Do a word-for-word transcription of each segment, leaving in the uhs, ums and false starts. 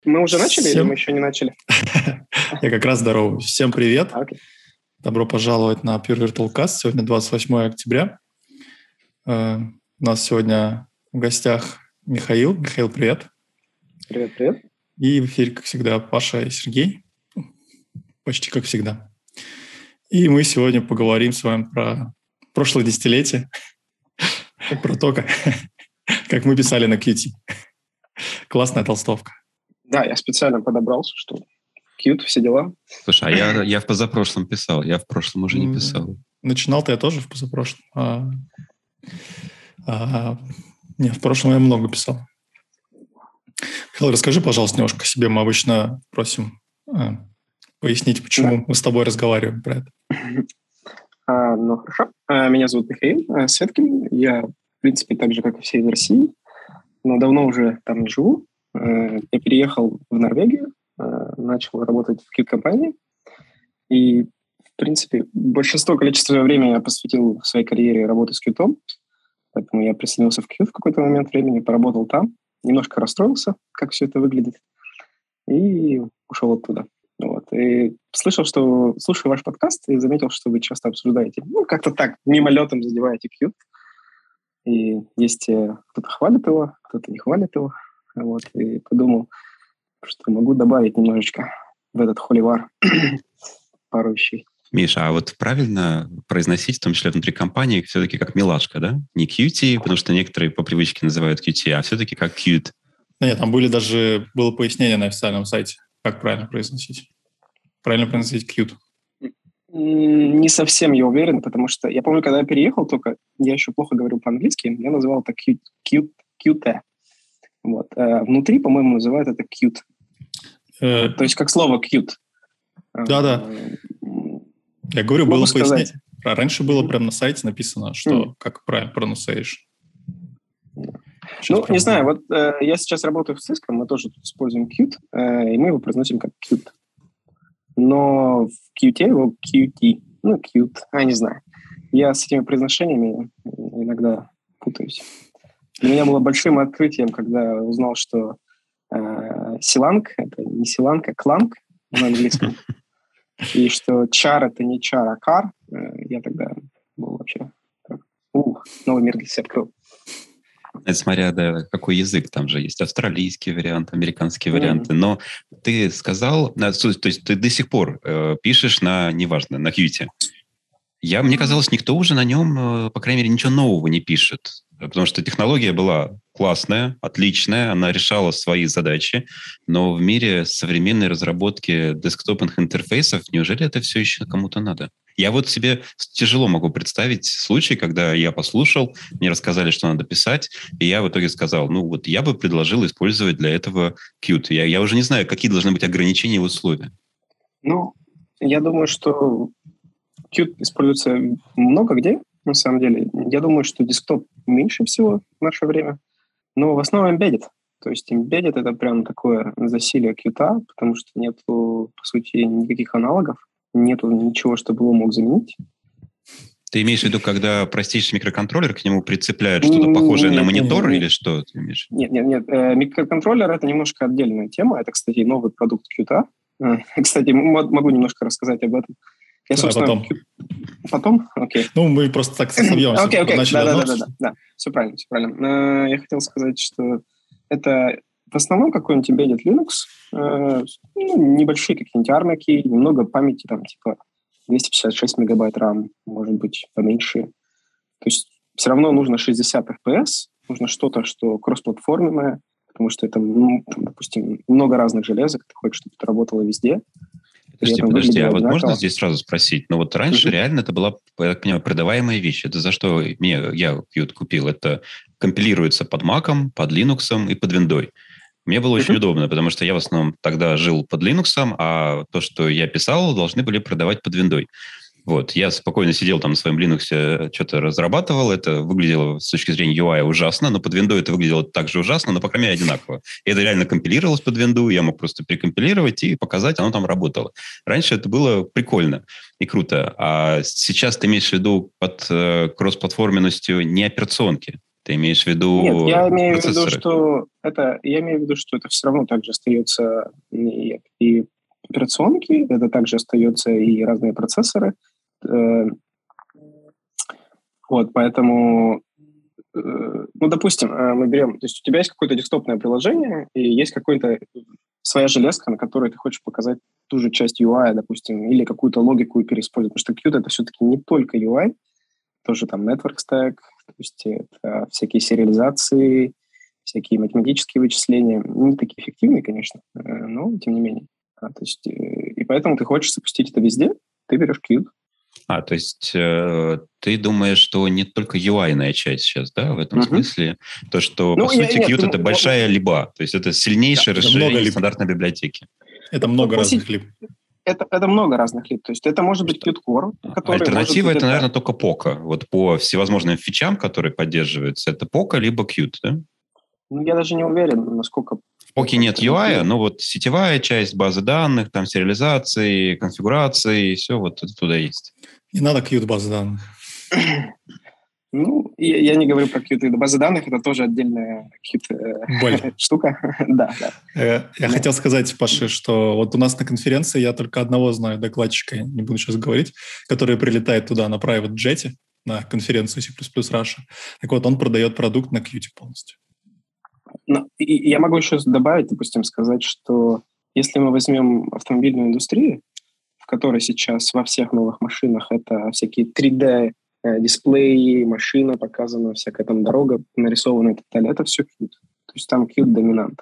Мы уже начали Всем... или мы еще не начали? Я как раз здороваюсь. Всем привет. Okay. Добро пожаловать на Pure Virtual Cast. Сегодня двадцать восьмое октября. У нас сегодня в гостях Михаил. Михаил, привет. Привет, привет. И в эфире, как всегда, Паша и Сергей. Почти как всегда. И мы сегодня поговорим с вами про прошлое десятилетие, про то, как мы писали на Qt. Классная толстовка. Да, я специально подобрался, что Qt, все дела. Слушай, а я, я в позапрошлом писал, я в прошлом уже не писал. Начинал-то я тоже в позапрошлом. А, а, нет, в прошлом я много писал. Михаил, расскажи, пожалуйста, немножко о себе. Мы обычно просим а, пояснить, почему да. мы с тобой разговариваем про это. А, ну, хорошо. А, меня зовут Михаил Светкин. Я, в принципе, так же, как и все из России, но давно уже там не живу. Я переехал в Норвегию, начал работать в Qt-компании, и, в принципе, большинство количества времени я посвятил в своей карьере работе с Qt, поэтому я присоединился в Qt в какой-то момент времени, поработал там, немножко расстроился, как все это выглядит, и ушел оттуда. Вот. И слышал, что слушаю ваш подкаст и заметил, что вы часто обсуждаете, ну, как-то так, мимолетом задеваете Qt, и есть кто-то хвалит его, кто-то не хвалит его. Вот, и подумал, что могу добавить немножечко в этот холивар пару вещей. Миша, а вот правильно произносить, в том числе внутри компании, все-таки как милашка, да? Не Qt, потому что некоторые по привычке называют Qt, а все-таки как Qt. Нет, там были даже, было пояснение на официальном сайте, как правильно произносить. Правильно произносить Qt. Не совсем я уверен, потому что я помню, когда я переехал только, я еще плохо говорил по-английски, я называл это Qt. Qt. Вот. А внутри, по-моему, называют это cute. Э... То есть как слово cute. Да-да. Я говорю, было пояснение. А раньше было прямо на сайте написано, что mm. как правильно pronunciation. Ну, не знаю, вот э, я сейчас работаю в Cisco, мы тоже тут используем cute, э, и мы его произносим как cute. Но в Qt его Qt. Ну, cute. А, не знаю. Я с этими произношениями иногда путаюсь. Для меня было большим открытием, когда узнал, что э, силанг — это не силанг, а кланг на английском. И что чар — это не чар, а кар. Э, я тогда был вообще... Ух, новый мир для себя открыл. Это смотря, да, какой язык. Там же есть австралийский вариант, американские варианты. Mm-hmm. Но ты сказал... То есть ты до сих пор э, пишешь на, неважно, на Qt. Я, мне казалось, никто уже на нем, по крайней мере, ничего нового не пишет. Потому что технология была классная, отличная, она решала свои задачи, но в мире современной разработки десктопных интерфейсов неужели это все еще кому-то надо? Я вот себе тяжело могу представить случай, когда я послушал, мне рассказали, что надо писать, и я в итоге сказал, ну вот я бы предложил использовать для этого Qt. Я, я уже не знаю, какие должны быть ограничения и условия. Ну, я думаю, что Qt используется много где. На самом деле, я думаю, что десктоп меньше всего в наше время, но в основном embedded. То есть embedded — это прям такое засилие Qt, потому что нету, по сути, никаких аналогов, нету ничего, чтобы его мог заменить. Ты имеешь в виду, когда простейший микроконтроллер, к нему прицепляют что-то похожее нет, на монитор, нет, или нет. что ты имеешь? Нет, нет, нет. Микроконтроллер — это немножко отдельная тема. Это, кстати, новый продукт Qt. Кстати, могу немножко рассказать об этом. Я, собственно, потом. Потом? Окей. Ну, мы просто так собьемся. Окей, окей, да-да-да, все правильно, все правильно. Я хотел сказать, что это в основном какой-нибудь embedded Linux, ну, небольшие какие-нибудь армяки, немного памяти, там, типа двести пятьдесят шесть мегабайт RAM, может быть, поменьше. То есть все равно нужно шестьдесят эф пи эс, нужно что-то, что кроссплатформенное, потому что это, ну, там, допустим, много разных железок, ты хочешь, чтобы это работало везде. Подожди, подожди, а вот можно здесь сразу спросить? Ну вот раньше uh-huh. реально это была, я так понимаю, продаваемая вещь. Это за что мне, я Qt купил? Это компилируется под Mac, под Linux и под Windows. Мне было uh-huh. очень удобно, потому что я в основном тогда жил под Linux, а то, что я писал, должны были продавать под Windows. Вот, я спокойно сидел там на своем Linux, что-то разрабатывал, это выглядело с точки зрения ю ай ужасно, но под Windows это выглядело так же ужасно, но, по крайней мере, одинаково. И это реально компилировалось под Windows, я мог просто перекомпилировать и показать, оно там работало. Раньше это было прикольно и круто, а сейчас ты имеешь в виду под э, кроссплатформенностью не операционки, Ты имеешь в виду Нет, я имею в виду, процессоры? что это, я имею в виду, что это все равно также остается и, и операционки, это также остается и разные процессоры. Э, Вот, поэтому, э, ну, допустим, э, мы берем, то есть у тебя есть какое-то десктопное приложение, и есть какая-то своя железка, на которой ты хочешь показать ту же часть ю ай, допустим, или какую-то логику переиспользовать. Потому что Qt — это все-таки не только ю ай, тоже там network stack, то есть это всякие сериализации, всякие математические вычисления. Не такие эффективные, конечно, э, но тем не менее. А, то есть, э, и поэтому ты хочешь запустить это везде, ты берешь Qt. А, то есть э, ты думаешь, что не только ю ай-ная часть сейчас, да, в этом Мгм. смысле? То, что, Ну, по я- сути, нет, Qt — ты это м- большая либа, то есть это сильнейшее Это много расширение либ. стандартной библиотеки. Это Ну, много по разных сути, либ. это, это много разных лип. То есть это может быть Потому Qt Core, что который может альтернатива — быть это, это... наверное, только Poco. Вот по всевозможным фичам, которые поддерживаются, это Poco либо Qt, да? Ну, я даже не уверен, насколько В Poco это нет ю ай, альтернатива. но вот сетевая часть базы данных, там сериализации, конфигурации, все вот это туда есть. Не надо Qt базы данных. Ну, и я не говорю про Qt. Базы данных — это тоже отдельная Qt э, Боль. штука. Да, да. Э, Я Но- хотел сказать, Паше, что вот у нас на конференции я только одного знаю докладчика, я не буду сейчас говорить, который прилетает туда на private jet, на конференцию C++ Russia. Так вот, он продает продукт на Qt полностью. но и- и я могу еще добавить, допустим, сказать, что если мы возьмем автомобильную индустрию, в которой сейчас во всех новых машинах это всякие три дэ э, дисплеи, машина показана, всякая там дорога нарисована и так далее, это все Qt. То есть там Qt доминант.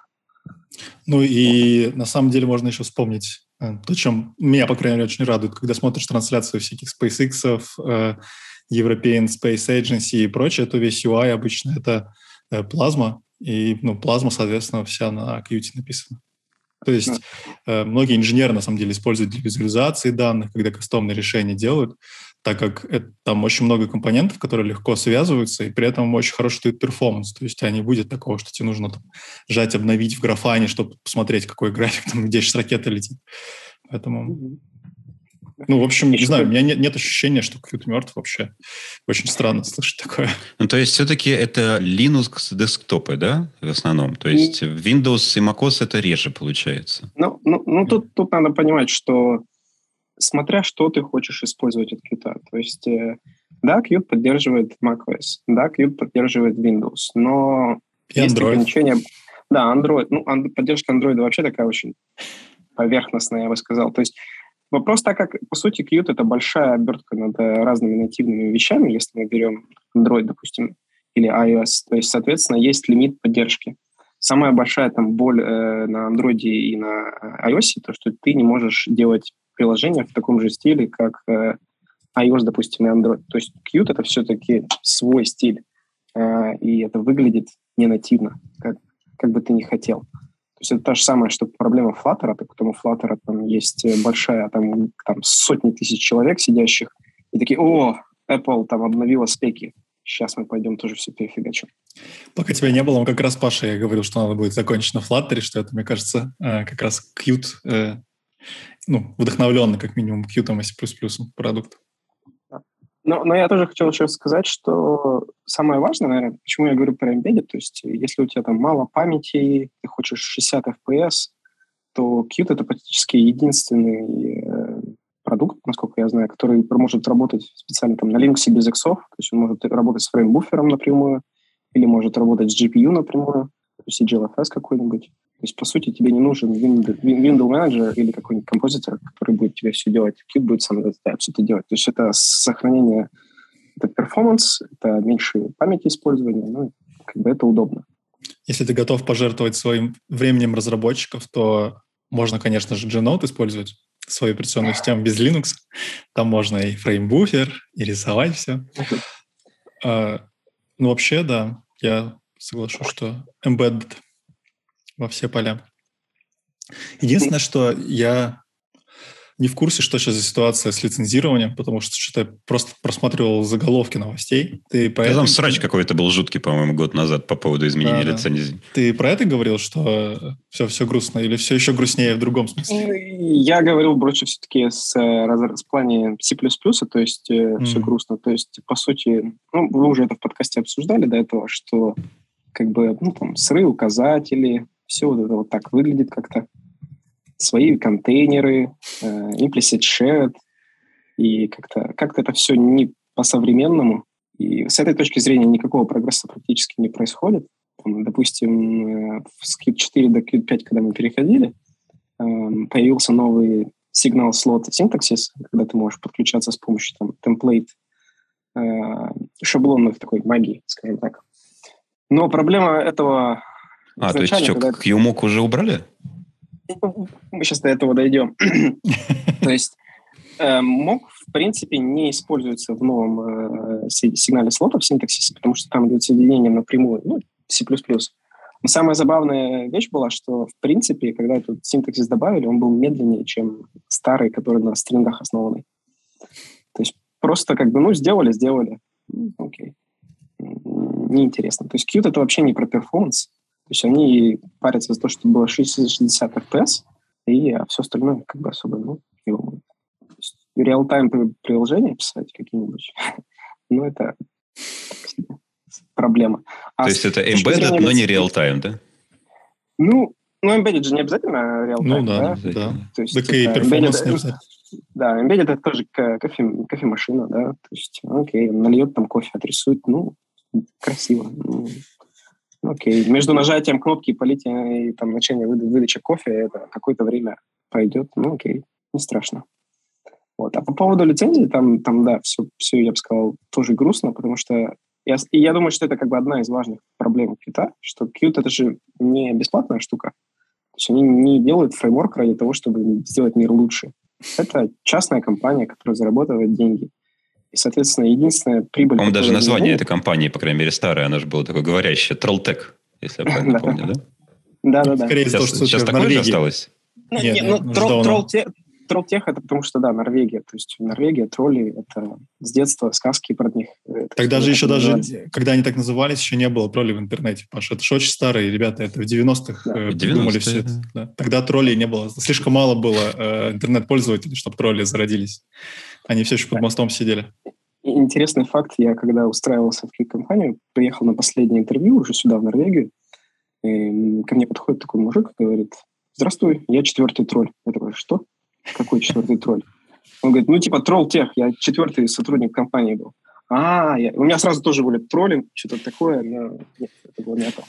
Ну и на самом деле можно еще вспомнить э, то, чем меня, по крайней мере, очень радует, когда смотришь трансляцию всяких SpaceX, э, European Space Agency и прочее, то весь ю ай обычно это э, плазма, и ну, плазма, соответственно, вся на Qt написана. То есть э, многие инженеры, на самом деле, используют для визуализации данных, когда кастомные решения делают, так как это, там очень много компонентов, которые легко связываются, и при этом очень хороший стоит перформанс. То есть а не будет такого, что тебе нужно там, жать, обновить в графане, чтобы посмотреть, какой график, там, где сейчас ракета летит. Поэтому, Мгм. ну, в общем, не Еще знаю, у как- меня нет, нет ощущения, что Qt мертв вообще. Очень странно слышать такое. Ну, то есть все-таки это Linux десктопы, да, в основном? То М, есть Windows и macOS это реже получается. Ну, ну, ну тут, тут надо понимать, что смотря что ты хочешь использовать от Qt. То есть, э, да, Qt поддерживает macOS, да, Qt поддерживает Windows, но И есть Android. ограничения. Да, Android. Ну, ан- поддержка Android вообще такая очень поверхностная, я бы сказал. То есть вопрос так как, по сути, Qt — это большая обертка над э, разными нативными вещами, если мы берем Android, допустим, или iOS. То есть, соответственно, есть лимит поддержки. Самая большая там боль э, на Android и на э, iOS, то, что ты не можешь делать приложение в таком же стиле, как э, iOS, допустим, и Android. То есть Qt — это все-таки свой стиль, э, и это выглядит не нативно, как, как бы ты ни хотел. То есть это та же самая, что проблема Flutter, так как у Flutter там есть большая, там, там сотни тысяч человек сидящих, и такие: о, Apple там обновила спеки, сейчас мы пойдем тоже все перефигачим. Пока тебя не было, он как раз Паша, я говорил, что надо будет закончить на Flutter, что это, мне кажется, э, как раз Qt, э, ну, вдохновленный, как минимум, Qt и C++ продукт. Но, но я тоже хотел еще сказать, что самое важное, наверное, почему я говорю про embedded, то есть если у тебя там мало памяти, ты хочешь шестьдесят эф пи эс, то Qt — это практически единственный э, продукт, насколько я знаю, который может работать специально там на Linux без иксов, то есть он может работать с фреймбуфером напрямую, или может работать с джи пи ю напрямую, то есть си джи эл эф эс какой-нибудь. То есть, по сути, тебе не нужен Windows, Windows Manager или какой-нибудь композитор, который будет тебе все делать. Qt будет сам это все это делать. То есть это сохранение, это перформанс, это меньше памяти использования, ну, как бы это удобно. Если ты готов пожертвовать своим временем разработчиков, то можно, конечно же, G-Note использовать, свою операционную систему без Linux. Там можно и фреймбуфер, и рисовать все. А, ну, вообще, да, я соглашусь, что embedded во все поля. Единственное, что я не в курсе, что сейчас за ситуация с лицензированием, потому что что-то я просто просматривал заголовки новостей. Ты про да это... там срач какой-то был жуткий, по-моему, год назад по поводу изменения да, лицензий. Да. Ты про это говорил, что все, все грустно, или все еще грустнее в другом смысле? Я говорил больше все-таки с, с плане C++, то есть mm-hmm. все грустно. То есть, по сути, ну, вы уже это в подкасте обсуждали до этого, что как бы, ну, там, сырые указатели, все вот это вот так выглядит как-то. Свои контейнеры, э, implicit shared, и как-то, как-то это все не по-современному. И с этой точки зрения никакого прогресса практически не происходит. Там, допустим, с кью четыре до кью пять, когда мы переходили, э, появился новый сигнал слот синтаксис, когда ты можешь подключаться с помощью там, темплейт, э, шаблонных такой магии, скажем так. Но проблема этого... А, то есть что, когда... кью-мок уже убрали? Мы сейчас до этого дойдем. То есть э, мок, в принципе, не используется в новом э, сигнале слота в синтаксисе, потому что там идет соединение напрямую, ну, C++. Но самая забавная вещь была, что, в принципе, когда этот синтаксис добавили, он был медленнее, чем старый, который на стрингах основанный. То есть просто как бы, ну, сделали, сделали. Окей. Неинтересно. То есть Qt — это вообще не про перформанс. То есть они парятся за то, чтобы было шестьдесят эф пи эс, и а все остальное как бы особо, ну, не волнует. То есть реал-тайм приложения писать какие-нибудь, ну, это проблема. А то есть это embedded, но не real-time, да? Ну, ну, embedded же не обязательно real-time, ну, да? да, да. То есть, так и перформанс не обязательно. Да, embedded — это тоже кофе, кофемашина, да, то есть, окей, он нальет там кофе, отрисует, ну, красиво, ну, окей. Между нажатием кнопки и политией, и там, началом выда- выдачи кофе это какое-то время пройдет. Ну, окей, не страшно. Вот. А по поводу лицензии, там, там да, все, все, я бы сказал, тоже грустно, потому что я, и я думаю, что это как бы одна из важных проблем Qt, что Qt — это же не бесплатная штука. То есть они не делают фреймворк ради того, чтобы сделать мир лучше. Это частная компания, которая зарабатывает деньги. И, соответственно, единственная прибыль... По-моему, даже название этой компании, по крайней мере, старое, оно же было такое говорящее. Trolltech, если я правильно помню, да? Да-да-да. Скорее всего, что сейчас такое же осталось? Нет, ну, Trolltech — это потому что, да, Норвегия. То есть Норвегия, тролли — это с детства сказки про них. Тогда же еще даже, когда они так назывались, еще не было троллей в интернете, Паша. Это же очень старые ребята, это в девяностых придумали все это. Тогда троллей не было. Слишком мало было интернет-пользователей, чтобы тролли зародились. Они все еще под мостом сидели. Интересный факт. Я, когда устраивался в компанию, приехал на последнее интервью уже сюда, в Норвегию. И ко мне подходит такой мужик и говорит: «Здравствуй, я четвертый тролль». Я такой: «Что? Какой четвертый тролль?» Он говорит: «Ну, типа тролл-тех, я четвертый сотрудник компании был». А, я... у меня сразу тоже были тролли, что-то такое, но нет, это было не то.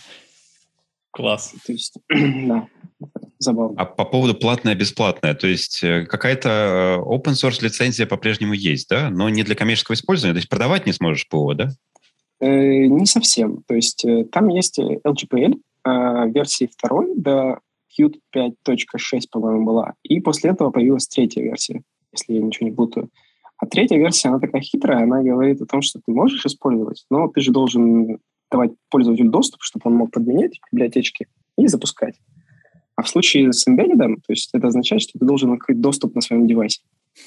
Класс. То есть, да. Забавно. А по поводу платное-бесплатное, то есть какая-то open source лицензия по-прежнему есть, да? Но не для коммерческого использования, то есть продавать не сможешь ПО, да? Э, не совсем. То есть э, там есть эл джи пи эл э, версии второй, до Qt пять точка шесть, по-моему, была. И после этого появилась третья версия, если я ничего не путаю. А третья версия, она такая хитрая, она говорит о том, что ты можешь использовать, но ты же должен давать пользователю доступ, чтобы он мог подменять библиотечки и запускать. А в случае с embedded, то есть это означает, что ты должен открыть доступ на своем девайсе.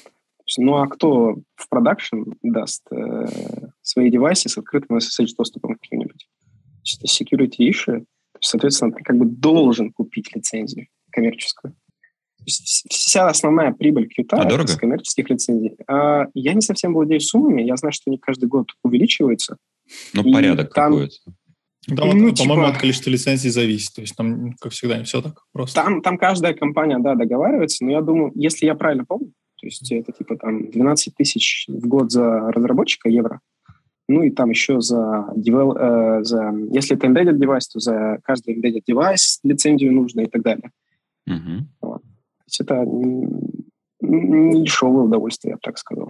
Ну а кто в продакшн даст э, свои девайсы с открытым эс эс эйч-доступом каким-нибудь? Это security issue. Соответственно, ты как бы должен купить лицензию коммерческую. То есть вся основная прибыль Qt а это с коммерческих лицензий. А я не совсем владею суммами, я знаю, что они каждый год увеличиваются. Ну, порядок там... какой-то. Да, ну, вот, по-моему, типа, от количества лицензий зависит. То есть там, как всегда, не все так просто. Там, там каждая компания, да, договаривается, но я думаю, если я правильно помню, то есть это типа там двенадцать тысяч в год за разработчика евро, ну и там еще за, devel, э, за если это embedded девайс, то за каждый embedded девайс лицензию нужно и так далее. Uh-huh. Вот. То есть это не дешевое удовольствие, я бы так сказал.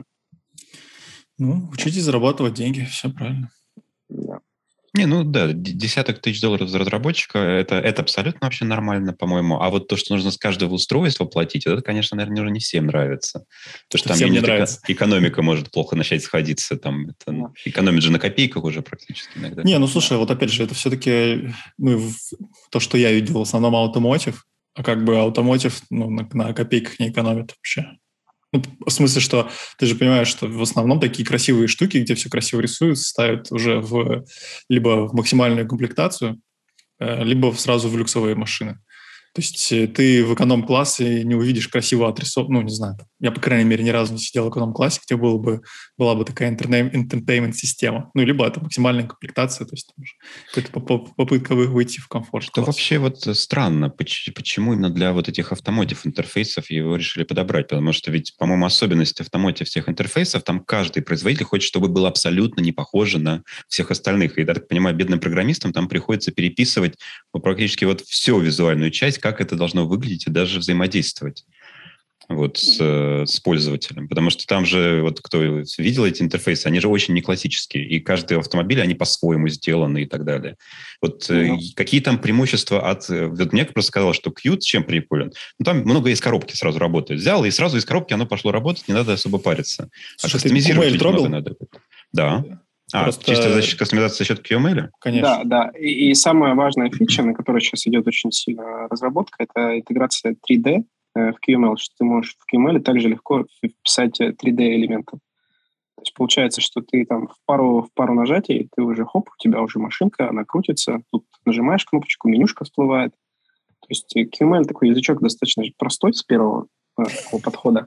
Ну, учитесь зарабатывать деньги, все правильно. Да. Не, ну да, десяток тысяч долларов за разработчика, это, это абсолютно вообще нормально, по-моему. А вот то, что нужно с каждого устройства платить, это, конечно, наверное, уже не всем нравится. Потому что там не нравится. Экономика может плохо начать сходиться. Там, это, да. Экономит же на копейках уже практически иногда. Не, ну слушай, вот опять же, это все-таки ну, то, что я видел в основном automotive, а как бы automotive ну, на, на копейках не экономит вообще. Ну, в смысле, что ты же понимаешь, что в основном такие красивые штуки, где все красиво рисуют, ставят уже в либо в максимальную комплектацию, либо сразу в люксовые машины. То есть ты в эконом-классе не увидишь красиво отрисовку, ну, не знаю. Я, по крайней мере, ни разу не сидел в эконом-классе, где было бы, была бы такая entertainment-система. Ну, либо это максимальная комплектация, то есть какая-то попытка выйти в комфорт. Что вообще вот странно, почему именно для вот этих автомотив интерфейсов его решили подобрать? Потому что ведь, по-моему, особенность автомотив всех интерфейсов, там каждый производитель хочет, чтобы было абсолютно не похоже на всех остальных. И, я так понимаю, бедным программистам там приходится переписывать ну, практически вот всю визуальную часть, как это должно выглядеть и даже взаимодействовать вот, с, с пользователем. Потому что там же, вот кто видел эти интерфейсы, они же очень не классические. И каждый автомобиль, они по-своему сделаны и так далее. Вот mm-hmm. какие там преимущества от... Вот мне просто сказал, что Qt чем приколен? Ну, там много из коробки сразу работает. Взял, и сразу из коробки оно пошло работать, не надо особо париться. Слушай, а кастомизировать ведь много надо. Да. А, Просто... чисто за счет кастомизации за счет кью эм эл? Конечно. Да, да. И, и самая важная фича, на которой сейчас идет очень сильно разработка, это интеграция три дэ в кью эм эл, что ты можешь в кью эм эл также легко вписать три дэ-элементы. То есть получается, что ты там в пару, в пару нажатий, ты уже, хоп, у тебя уже машинка, она крутится, тут нажимаешь кнопочку, менюшка всплывает. То есть кью эм эл такой язычок достаточно простой с первого э, такого подхода.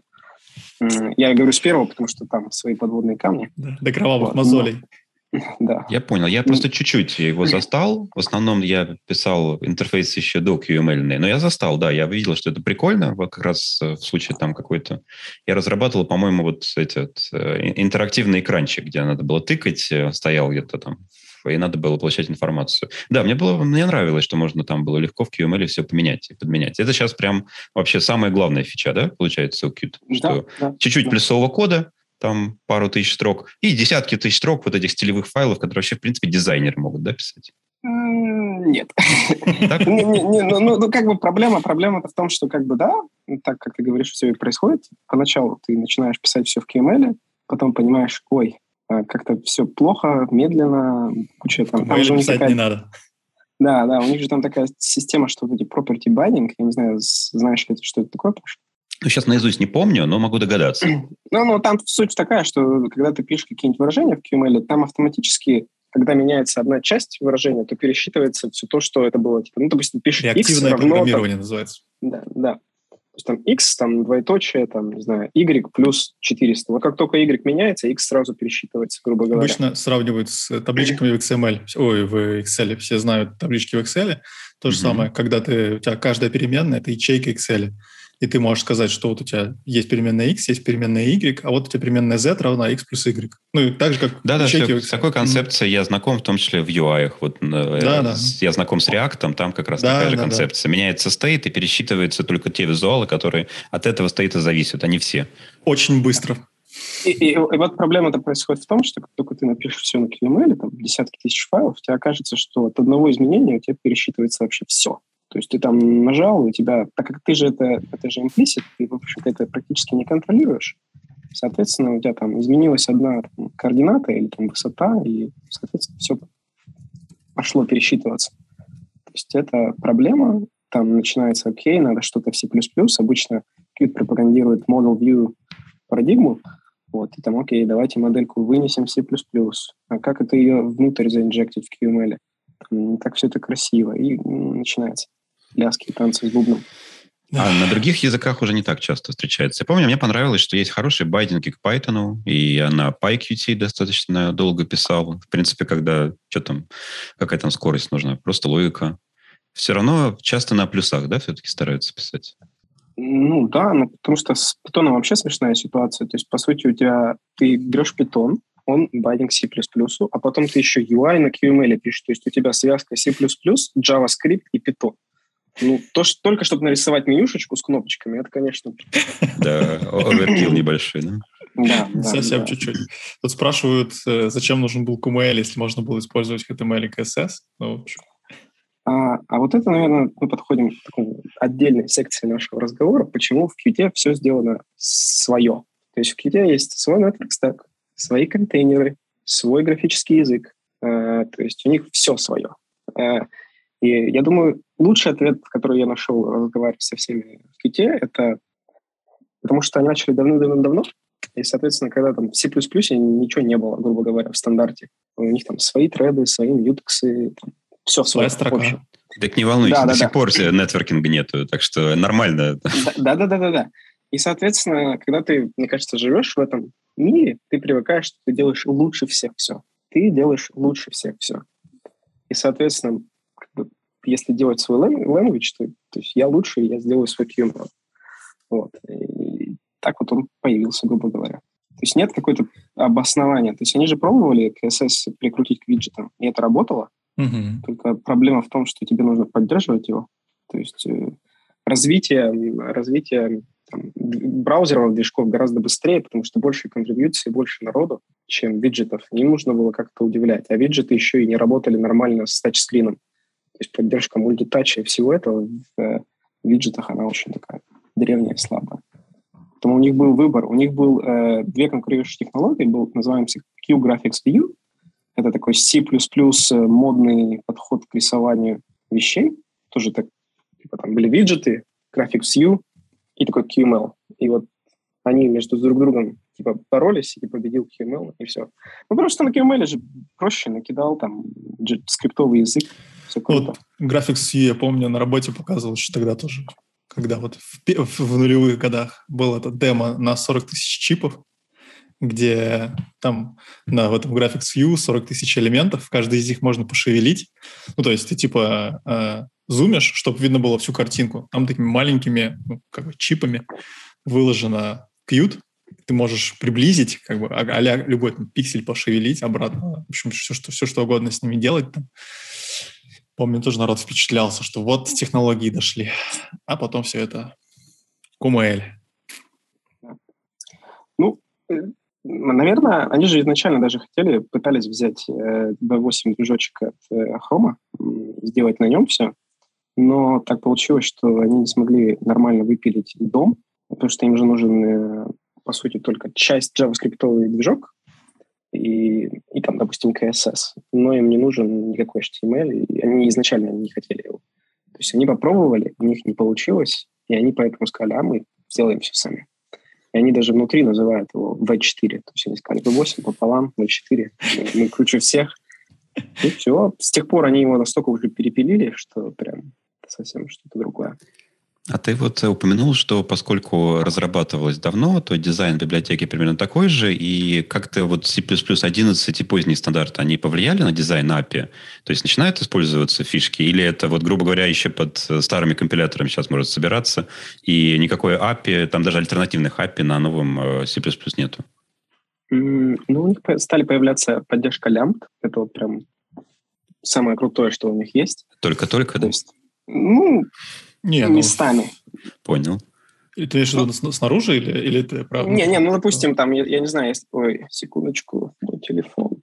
Я говорю с первого, потому что там свои подводные камни. Да, до кровавых вот, мозолей. Но... Да. Я понял. Я просто чуть-чуть его застал. В основном я писал интерфейс еще до кью эм эл. Но я застал, да. Я видел, что это прикольно. Вот как раз в случае там какой-то... Я разрабатывал, по-моему, вот этот интерактивный экранчик, где надо было тыкать, стоял где-то там, и надо было получать информацию. Да, мне, было, мне нравилось, что можно там было легко в кью эм эл все поменять и подменять. Это сейчас прям вообще самая главная фича, да, получается у Qt? Да, что да, чуть-чуть да. плюсового кода, там пару тысяч строк, и десятки тысяч строк вот этих стилевых файлов, которые вообще, в принципе, дизайнеры могут, да, писать? Нет. Ну, как бы проблема, проблема-то в том, что, как бы, да, так, как ты говоришь, все и происходит. Поначалу ты начинаешь писать все в кью эм эл, потом понимаешь, ой, как-то все плохо, медленно, куча там... Там же писать не надо. Да, да, у них же там такая система, что вот эти property binding, я не знаю, знаешь ли ты, что это такое, Паша? Ну, сейчас наизусть не помню, но могу догадаться. Ну, ну, там суть такая, что когда ты пишешь какие-нибудь выражения в кью эм эл, там автоматически, когда меняется одна часть выражения, то пересчитывается все то, что это было. Типа, ну, допустим, пишешь реактивное x равно... программирование там, называется. Да, да. То есть там x, там двоеточие, там, не знаю, y плюс четыреста. Вот как только y меняется, x сразу пересчитывается, грубо говоря. Обычно сравнивают с табличками в икс эм эль. Ой, в Excel. Все знают таблички в Excel. То же mm-hmm. самое, когда ты, у тебя каждая переменная – это ячейка Excel. И ты можешь сказать, что вот у тебя есть переменная x, есть переменная y, а вот у тебя переменная z равна x плюс y. Ну, и так же, как да, ячейки да, в Excel. с такой концепцией mm-hmm. я знаком, в том числе в ю ай. Вот, да, да. Я знаком с React, там как раз да, такая же да, концепция. Да. Меняется стейт и пересчитываются только те визуалы, которые от этого стейта зависят, а не все. Очень быстро. И, и, и вот проблема-то происходит в том, что как только ты напишешь все на кью эм эл, там десятки тысяч файлов, у тебя окажется, что от одного изменения у тебя пересчитывается вообще все. То есть ты там нажал, у тебя, так как ты же это, это же имплисит, ты, в общем-то, это практически не контролируешь. Соответственно, у тебя там изменилась одна там, координата или там высота, и, соответственно, все пошло пересчитываться. То есть это проблема. Там начинается, окей, надо что-то в C++. Обычно Qt пропагандирует Model View парадигму. Вот, и там, окей, давайте модельку вынесем в C++. А как это ее внутрь заинжектить в кью эм эл? Не так все это красиво. И начинается пляски и танцы с бубном. А на других языках уже не так часто встречается. Я помню, мне понравилось, что есть хорошие байдинги к Python, и я на PyQt достаточно долго писал. В принципе, когда что там, какая там скорость нужна, просто логика. Все равно часто на плюсах, да, все-таки стараются писать? Ну да, ну, потому что с Python вообще смешная ситуация. То есть, по сути, у тебя ты берешь Python, он байдинг C++, а потом ты еще ю ай на кью эм эл пишешь. То есть у тебя связка C++, JavaScript и Python. Ну, то, что, только чтобы нарисовать менюшечку с кнопочками, это, конечно... Да, оверкилл небольшой, да? Да, да. Совсем чуть-чуть. Тут спрашивают, зачем нужен был кью эм эл, если можно было использовать эйч ти эм эл и си эс эс. Ну, а, а вот это, наверное, мы подходим к такой отдельной секции нашего разговора, почему в Qt все сделано свое. То есть в Qt есть свой network stack, свои контейнеры, свой графический язык. Э, то есть у них все свое. Э, и я думаю, лучший ответ, который я нашел, разговаривая со всеми в Qt, это Потому что они начали давным-давным-давно, и, соответственно, когда там в C++ ничего не было, грубо говоря, в стандарте. У них там свои треды, свои мьютексы, там, все своя свое. строка. Так не волнуйся, да, до да, сих да. пор нетворкинга нету, так что нормально. Да-да-да-да-да. И, соответственно, когда ты, мне кажется, живешь в этом мире, ты привыкаешь, что ты делаешь лучше всех все. Ты делаешь лучше всех все. И, соответственно, как бы, если делать свой language, то, то есть я лучше, я сделаю свой кью эм эл. Вот. И так вот он появился, грубо говоря. То есть нет какой-то обоснования. То есть они же пробовали си эс эс прикрутить к виджетам, и это работало. Угу. Только проблема в том, что тебе нужно поддерживать его. То есть э, развитие, развитие там, браузеров, движков гораздо быстрее, потому что больше контрибьюций, больше народу, чем виджетов. Им нужно было как-то удивлять. А виджеты еще и не работали нормально с тачскрином. То есть поддержка мультитача и всего этого в э, виджетах, она очень такая древняя, слабая. Поэтому у них был выбор. У них был э, две конкурирующие технологии. Был, называемый Q-Graphics View. Это такой C++ модный подход к рисованию вещей. Тоже так, типа там были виджеты, Graphics View и такой кью эм эл. И вот они между друг другом типа боролись, и победил кью эм эл, и все. Ну, просто на кью эм эл же проще, накидал там скриптовый язык. Все круто. Вот Graphics View, я помню, на работе показывал еще тогда тоже, когда вот в, в, в нулевых годах был этот демо на сорок тысяч чипов, где там на, в этом Graphics View сорок тысяч элементов, каждый из них можно пошевелить. Ну, то есть ты типа э, зумишь, чтобы видно было всю картинку. Там такими маленькими ну, как бы чипами выложено Qt. Ты можешь приблизить, как бы а-ля любой там, пиксель пошевелить обратно. В общем, все что, все, что угодно с ними делать. Там. Помню, тоже народ впечатлялся, что вот технологии дошли. А потом все это кумэль. Ну, наверное, они же изначально даже хотели, пытались взять би восемь движочек от Chrome, сделать на нем все, но так получилось, что они не смогли нормально выпилить дом, потому что им же нужен, по сути, только часть JavaScript движок и, и там, допустим, си эс эс, но им не нужен никакой эйч ти эм эль, и они изначально не хотели его. То есть они попробовали, у них не получилось, и они поэтому сказали, а мы сделаем все сами. И они даже внутри называют его ви четыре. То есть они сказали, ви восемь пополам, ви четыре. Мы, мы круче всех. И все. С тех пор они его настолько уже перепилили, что прям совсем что-то другое. А ты вот упомянул, что поскольку разрабатывалось давно, то дизайн библиотеки примерно такой же, и как-то вот C++ одиннадцать и поздние стандарты, они повлияли на дизайн эй пи ай? То есть начинают использоваться фишки, или это, вот, грубо говоря, еще под старыми компиляторами сейчас может собираться, и никакой эй пи ай, там даже альтернативных эй пи ай на новом C++ нету? Mm, ну, у них стали появляться поддержка лямбд. Это вот прям самое крутое, что у них есть. Только-только, То да? есть, ну... Не, местами. Ну, понял. И ты имеешь в виду ну, снаружи или, или ты правда? Не, не, ну, допустим, там, я, я не знаю, есть... Ой, секундочку, мой телефон.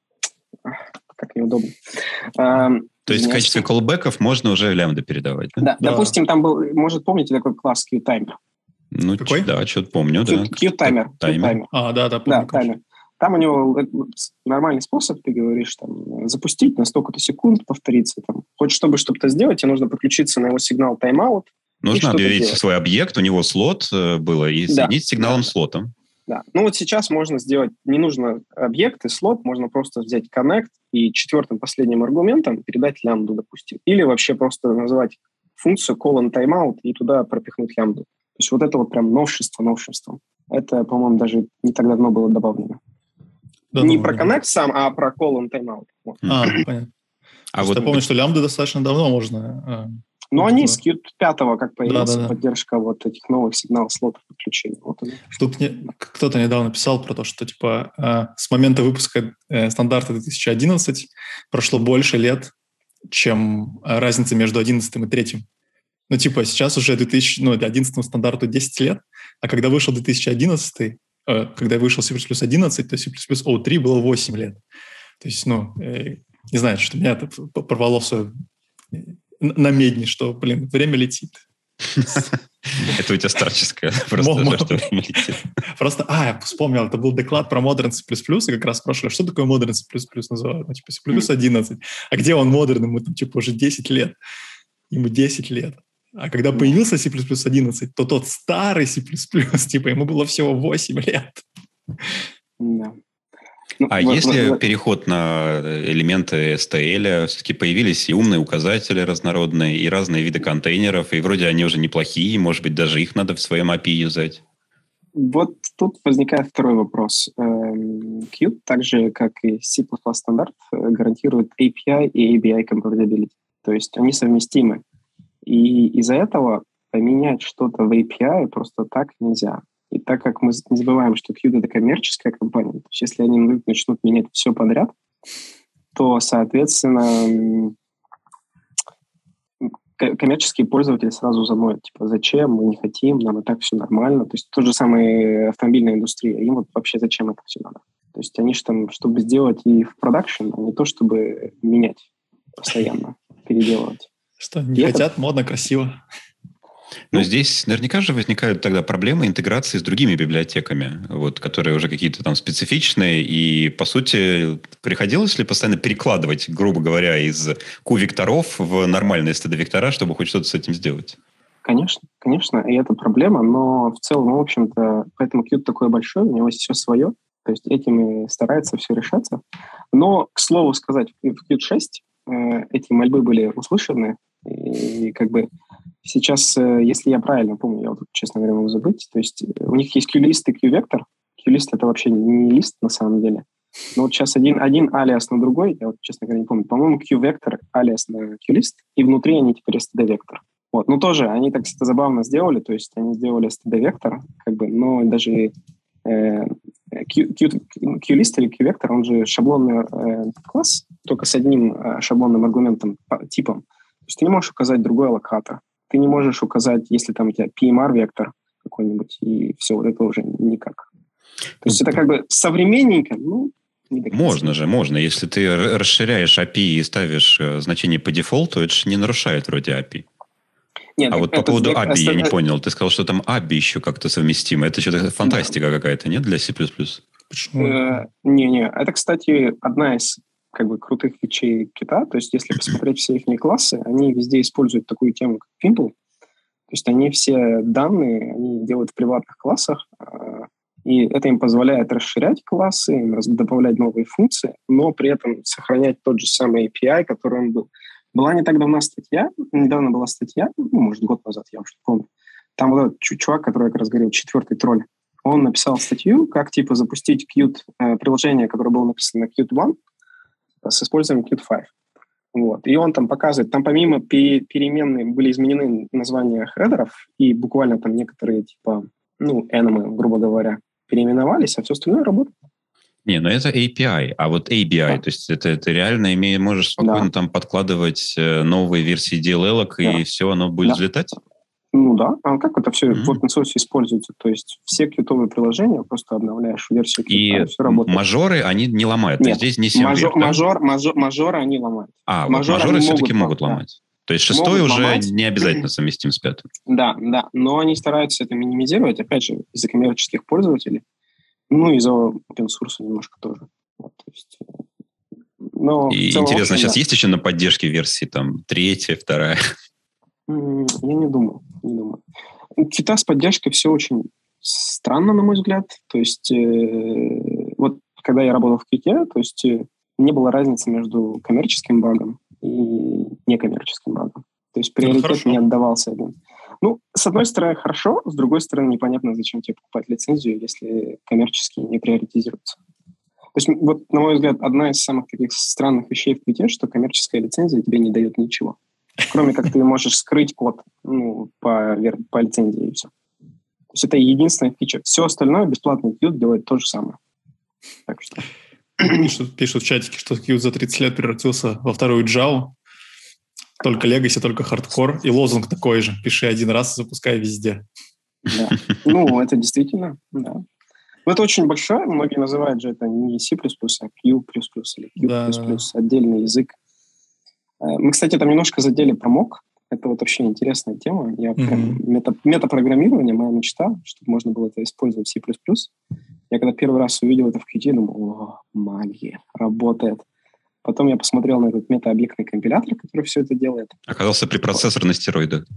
Как неудобно. А, То есть в качестве колбеков можно уже лямбды передавать, да? Да, да, допустим, там был, может, помните такой класс Q-Timer? Ну, Какой? Да, что-то помню, Q, да. Q-Timer. Таймер. А, да, да, помню. Да, таймер. Там у него нормальный способ, ты говоришь, там, запустить на столько-то секунд, повториться. Там. Хочешь, чтобы что-то сделать, тебе нужно подключиться на его сигнал тайм-аут. Нужно объявить свой объект, у него слот было, и соединить да, с сигналом да, слотом. Да. Ну вот сейчас можно сделать, не нужно объект и слот, можно просто взять connect и четвертым последним аргументом передать лямбду, допустим. Или вообще просто назвать функцию colon timeout и туда пропихнуть лямбду. То есть вот это вот прям новшество новшеством. Это, по-моему, даже не так давно было добавлено. Да, не ну, про connect да. сам, а про colon timeout. Вот. А, понятно. А вот... Я помню, что лямбды достаточно давно можно... Ну, они с Qt пять, как появился, да, да, да. поддержка вот этих новых сигнал-слотов подключения. Вот Тут не, кто-то недавно писал про то, что типа э, с момента выпуска э, стандарта две тысячи одиннадцать прошло больше лет, чем разница между одиннадцатым и третьим. Ну, типа, сейчас уже две тысячи, ну, одиннадцатому стандарту десять лет, а когда вышел две тысячи одиннадцатый, э, когда вышел C++ одиннадцать, то C++ о три было восемь лет. То есть, ну, э, не знаю, что меня это порвало все... на медне, что, блин, время летит. Это у тебя старческое. Просто, что время летит. Просто, а, я вспомнил, это был доклад про Modern C++, и как раз спрашивали, что такое Modern C++ называют? Ну, типа, C++ одиннадцать. А где он модерн? Ему там, типа, уже десять лет. Ему десять лет. А когда появился C++ одиннадцать, то тот старый C++, типа ему было всего восемь лет. Да. Ну, а в, если в, в... переход на элементы эс ти эл, все-таки появились и умные указатели разнородные, и разные виды контейнеров, и вроде они уже неплохие, может быть, даже их надо в своем эй пи ай юзать? Вот тут возникает второй вопрос. Qt, так же, как и C++ стандарт, гарантирует эй пи ай и эй би ай compatibility. То есть они совместимы. И из-за этого поменять что-то в эй пи ай просто так нельзя. И так как мы не забываем, что Qt — это коммерческая компания, то есть если они начнут менять все подряд, то, соответственно, коммерческие пользователи сразу замоют, типа, зачем, мы не хотим, нам и так все нормально. То есть тот же самый автомобильная индустрия, им вот вообще зачем это все надо? То есть они же там, чтобы сделать и в продакшн, а не то, чтобы менять постоянно, переделывать. Что, не и хотят, это... модно, красиво. Но ну, здесь наверняка же возникают тогда проблемы интеграции с другими библиотеками, вот, которые уже какие-то там специфичные, и, по сути, приходилось ли постоянно перекладывать, грубо говоря, из Q-векторов в нормальные эс ти ди-вектора, чтобы хоть что-то с этим сделать? Конечно, конечно, и это проблема, но в целом, ну, в общем-то, поэтому Qt такой большой, у него есть все свое, то есть этим и старается все решаться. Но, к слову сказать, в Qt шесть э, эти мольбы были услышаны, и как бы сейчас, если я правильно помню, я вот, честно говоря, могу забыть, то есть у них есть Q-лист и Q-вектор. Q-лист — это вообще не лист на самом деле. Но вот сейчас один, один алиас на другой, я вот, честно говоря, не помню. По-моему, Q-вектор алиас на Q-лист, и внутри они теперь эс ти ди-вектор. Вот. Ну, тоже они так это забавно сделали, то есть они сделали эс ти ди-вектор, как бы, но даже э, Q, Q, Q-лист или Q-вектор, он же шаблонный э, класс, только с одним э, шаблонным аргументом, типом. То есть ты не можешь указать другой аллокатор. Ты не можешь указать, если там у тебя пи эм ар-вектор какой-нибудь, и все, вот это уже никак. То есть ну, это как бы современненько, ну, не до конца. Можно же, можно. Если ты расширяешь эй пи ай и ставишь значение по дефолту, это же не нарушает вроде эй пи ай. Нет, а вот по поводу эй пи ай я не понял. Ты сказал, что там эй пи ай еще как-то совместимо. Это что-то фантастика да. какая-то, нет, для C++? Почему? Не-не. Это, кстати, одна из как бы крутых фичей Qt. То есть, если посмотреть все их классы, они везде используют такую тему, как Pimple. То есть, они все данные они делают в приватных классах, и это им позволяет расширять классы, им добавлять новые функции, но при этом сохранять тот же самый эй пи ай, который он был. Была не так давно статья, недавно была статья, ну, может, год назад, я уже не помню. Там вот этот чувак, который я как раз говорил, четвертый тролль, он написал статью, как, типа, запустить Qt, э, приложение, которое было написано на Qt один, с использованием Qt пять. Вот. И он там показывает, там помимо переменной были изменены названия хедеров, и буквально там некоторые, типа, ну, enum, грубо говоря, переименовались, а все остальное работает. Не, ну это эй пи ай, а вот эй би ай, да. то есть это, это реально имеешь, можешь спокойно да. там подкладывать новые версии ди эл эл, да. и все, оно будет да. взлетать? Ну да, а как это все mm-hmm. в open source используется? То есть все кьютовые приложения просто обновляешь версию Qt, и все работает. Мажоры, они не ломают? Нет, здесь не семь мажор, век, да? мажор, мажор, мажоры они ломают. А, мажоры, вот мажоры все-таки могут, могут ломать. Да. То есть шестой могут уже ломать. не обязательно совместим с пятым. Да, да, но они стараются это минимизировать, опять же, из-за коммерческих пользователей, ну и из-за open source немножко тоже. Вот, то есть, но и целом, интересно, общем, сейчас да. есть еще на поддержке версии там третья, вторая? Я не думаю, не думаю. У Qt с поддержкой все очень странно, на мой взгляд. То есть э, вот когда я работал в Qt, то есть э, не было разницы между коммерческим багом и некоммерческим багом. То есть приоритет не отдавался один. Ну, с одной стороны, хорошо, с другой стороны, непонятно, зачем тебе покупать лицензию, если коммерческие не приоритизируются. То есть, вот, на мой взгляд, одна из самых таких странных вещей в Qt, что коммерческая лицензия тебе не дает ничего. Кроме как ты можешь скрыть код ну, по, по лицензии и все. То есть это единственная фича. Все остальное бесплатный Qt делает то же самое. Так что... Пишут, пишут в чатике, что Qt за тридцать лет превратился во вторую Java. Только Legacy, только хардкор. И лозунг такой же. Пиши один раз, запускай везде. Да. Ну, это действительно, да. Но это очень большое. Многие называют же это не C++, а Q++ или Q++. Да, да. Отдельный язык. Мы, кстати, там немножко задели про мок. Это вот вообще интересная тема. Я mm-hmm. прям мета, метапрограммирование, моя мечта, чтобы можно было это использовать в C++. Я когда первый раз увидел это в Qt, думал, о, магия, работает. Потом я посмотрел на этот метаобъектный компилятор, который все это делает. Оказался препроцессор на стероидах.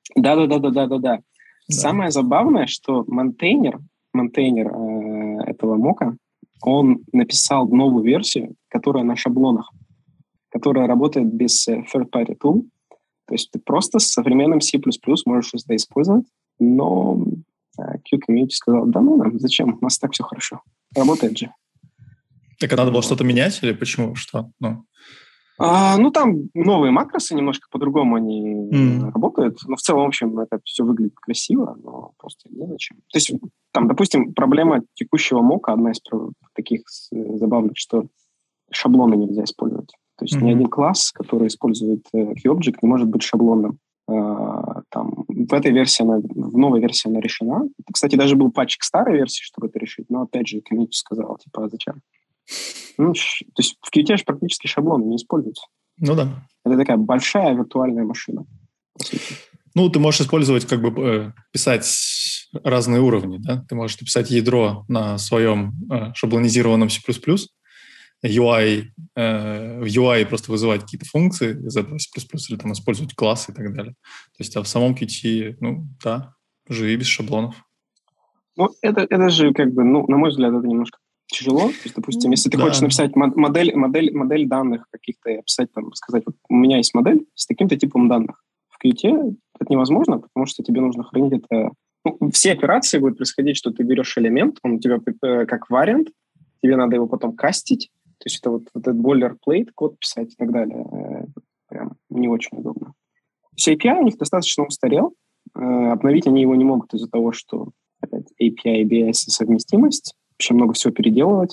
Да-да-да-да-да-да. Да. Самое забавное, что монтейнер, монтейнер э, этого мока, он написал новую версию, которая на шаблонах, которая работает без э, third-party tool. То есть ты просто с современным C++ можешь это использовать, но э, Q-Community сказал, да ну нам, зачем, у нас так все хорошо. Работает же. Так а надо было что-то менять или почему? Что? Ну, А, ну, там новые макросы, немножко по-другому они Mm. работают. Но в целом, в общем, это все выглядит красиво, но просто незачем. То есть, там, допустим, проблема текущего мока, одна из про- таких э, забавных, что шаблоны нельзя использовать. То есть Мгм. ни один класс, который использует э, QObject, не может быть шаблонным. А, там, в этой версии, она, в новой версии она решена. Кстати, даже был патчик старой версии, чтобы это решить, но опять же комьюнити сказал, типа, а зачем? Ну, ш- то есть в Qt же практически шаблоны не используются. ну да. Это такая большая виртуальная машина, по сути. Ну, ты можешь использовать, как бы, э, писать разные уровни, да? Ты можешь написать ядро на своем э, шаблонизированном C++, ю ай, э, в ю ай просто вызывать какие-то функции из этого C++, или там использовать классы и так далее. То есть, а в самом Qt, ну, да, живи без шаблонов. Ну, это, это же, как бы, ну, на мой взгляд, это немножко тяжело. То есть, допустим, если ты Да. хочешь написать мо- модель, модель, модель данных каких-то, и описать там, сказать, вот у меня есть модель с таким-то типом данных. В Qt это невозможно, потому что тебе нужно хранить это... Ну, все операции будут происходить, что ты берешь элемент, он у тебя э, как вариант, тебе надо его потом кастить, то есть это вот, вот этот boilerplate, код писать и так далее. Э, прям не очень удобно. Все эй пи ай у них достаточно устарел. Э, обновить они его не могут из-за того, что опять эй пи ай, би эс и совместимость. Вообще много всего переделывать.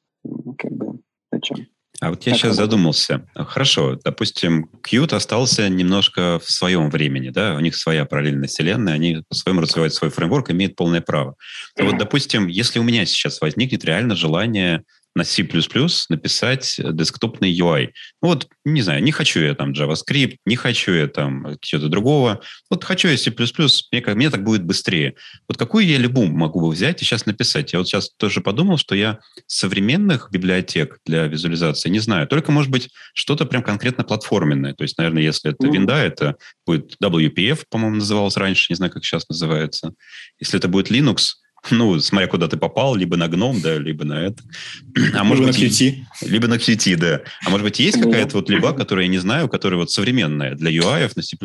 М, Как бы зачем? А вот я Так сейчас работает. задумался. Хорошо, допустим, Qt остался немножко в своем времени, да, у них своя параллельная вселенная, они по-своему развивают свой фреймворк, имеют полное право. А вот, допустим, если у меня сейчас возникнет реально желание на C++ написать десктопный ю ай. Ну вот, не знаю, не хочу я там JavaScript, не хочу я там чего-то другого. Вот хочу я C++, мне, как, мне так будет быстрее. Вот какую я любую могу бы взять и сейчас написать? Я вот сейчас тоже подумал, что я современных библиотек для визуализации не знаю. Только, может быть, что-то прям конкретно платформенное. То есть, наверное, если это Ну, винда, это будет дабл ю пи эф, по-моему, называлось раньше, не знаю, как сейчас называется. Если это будет Linux, ну, смотря куда ты попал, либо на гном, да, либо на это. А может Либо быть, на Qt. либо на Qt, да. А может быть, есть Да. какая-то вот либо, которую я не знаю, которая вот современная для ю ай на C++?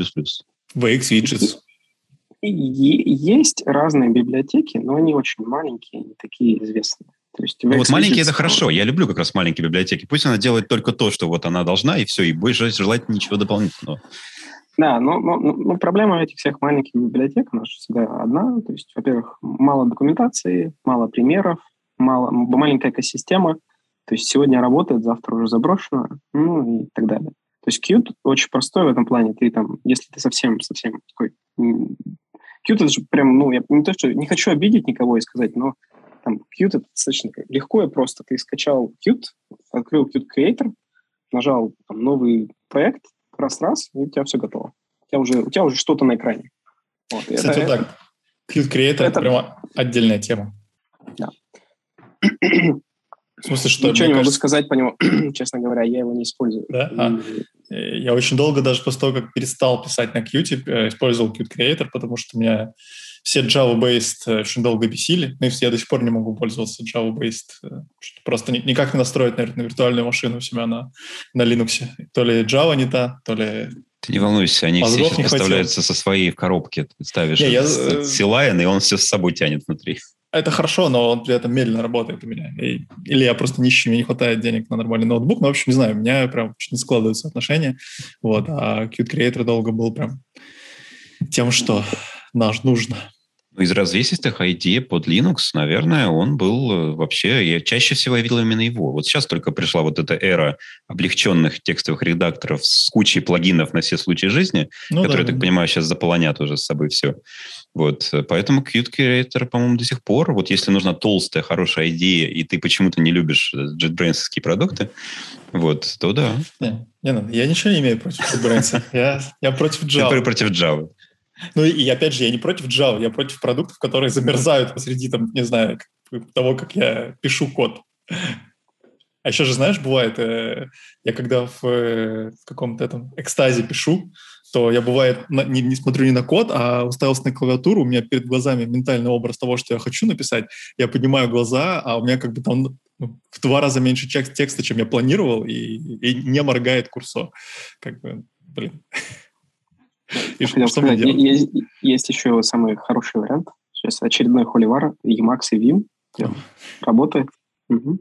ви экс Widgets. и е- есть разные библиотеки, но они очень маленькие, не такие известные. То есть Ну вот маленькие – это Widgets, хорошо. Я люблю как раз маленькие библиотеки. Пусть она делает только то, что вот она должна, и все, и больше желательно ничего дополнительного. Да, но, но, но- но проблема этих всех маленьких библиотек, она же всегда одна. То есть, во-первых, мало документации, мало примеров, мало, м- маленькая экосистема. То есть сегодня работает, завтра уже заброшено, ну и так далее. То есть Qt очень простой в этом плане. Ты там, если ты совсем, совсем такой... м, Qt это же прям, ну, я не то, что не хочу обидеть никого и сказать, но там Qt это достаточно легко и просто. Ты скачал Qt, открыл Qt Creator, нажал там, новый проект, раз-раз, и у тебя все готово. У тебя уже, у тебя уже что-то на экране. Вот, и Кстати, это, вот так. Qt Creator — это это- прямо отдельная тема. Да. В смысле, что, Ничего мне не могу кажется, сказать по нему, честно говоря, я его не использую. да? А, И- э, я очень долго, даже после того, как перестал писать на Qt, э, использовал Qt Creator, потому что меня все Java-based э, очень долго бесили. Ну, и я до сих пор не могу пользоваться Java-based. э, что Просто ни- никак не настроить, наверное, на виртуальную машину у себя на, на Linux. То ли Java не та, то ли... Ты не волнуйся, они все Мозгов сейчас не хватило. поставляются со своей в коробке. Ты ставишь Не, я, этот э, C-Line, и он все с собой тянет внутри. Это хорошо, но он при этом медленно работает у меня. И- или я просто нищий, мне не хватает денег на нормальный ноутбук. Ну, в общем, не знаю, у меня прям очень не складываются отношения. Вот. А Qt Creator долго был прям тем, что наш нужно. Ну, из развесистых ай ди под Linux, наверное, он был э, вообще... Я чаще всего я видел именно его. Вот сейчас только пришла вот эта эра облегченных текстовых редакторов с кучей плагинов на все случаи жизни, Ну, которые, да, я так да. понимаю, сейчас заполонят уже с собой все. Вот. Поэтому Qt Creator, по-моему, до сих пор, вот если нужна толстая, хорошая идея, и ты почему-то не любишь JetBrains-овские продукты, вот, то да. Не, не надо. Я ничего не имею против JetBrains. Я, я против Ты Java. против Java. Ну и, и опять же, я не против Java, я против продуктов, которые замерзают посреди, там, не знаю, как- того, как я пишу код. А еще же, знаешь, бывает, э, я когда в, э, в каком-то этом экстазе пишу, то я, бывает, на, не, не смотрю не на код, а уставился на клавиатуру, у меня перед глазами ментальный образ того, что я хочу написать, я поднимаю глаза, а у меня как бы там ну, в два раза меньше текст, текста, чем я планировал, и, и не моргает курсор. Как бы, блин. И что, что сказать, мне делать? Есть, есть еще самый хороший вариант. Сейчас очередной холивар, Emacs и Vim. Прям работает. Угу.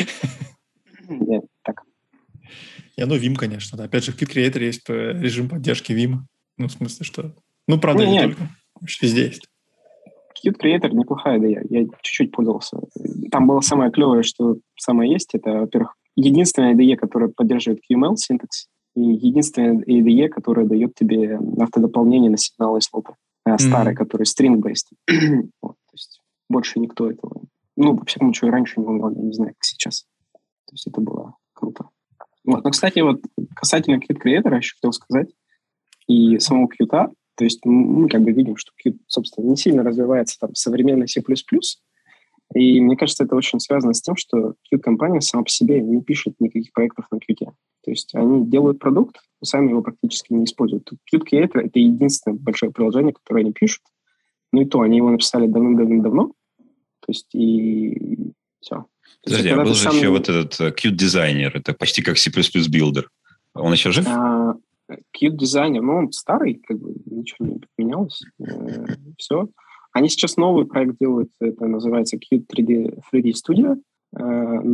Yeah, так. Я, ну, Vim, конечно, да. Опять же, в Qt Creator есть режим поддержки Vim. Ну, в смысле, что... Ну, правда, не, не только. Везде есть. Qt Creator неплохая ай ди и. Я чуть-чуть пользовался. Там было самое клевое, что самое есть. Это, во-первых, единственная ай ди и, которая поддерживает кью эм эл синтекс, и единственная ай ди и, которая дает тебе автодополнение на сигналы и слопы. Mm-hmm. Старый, который string-based. Вот, то есть больше никто этого... Ну, по всякому, что и раньше не умел, я не знаю, как сейчас. То есть это было круто. Вот. Но, кстати, вот касательно Qt Creator еще хотел сказать, и самого Qt, то есть мы как бы видим, что Qt, собственно, не сильно развивается там современный C++, и мне кажется, это очень связано с тем, что Qt-компания сама по себе не пишет никаких проектов на Qt. То есть они делают продукт, но сами его практически не используют. Qt Creator — это единственное большое приложение, которое они пишут, ну и то, они его написали давным-давным-давно, то есть и все. Подожди, а был же сам... еще вот этот Qt Designer, это почти как C++ Builder. Он еще жив? А, Qt Designer, ну, он старый, как бы ничего не поменялось. Э, все. Они сейчас новый проект делают, это называется Qt три ди, три ди Studio, э,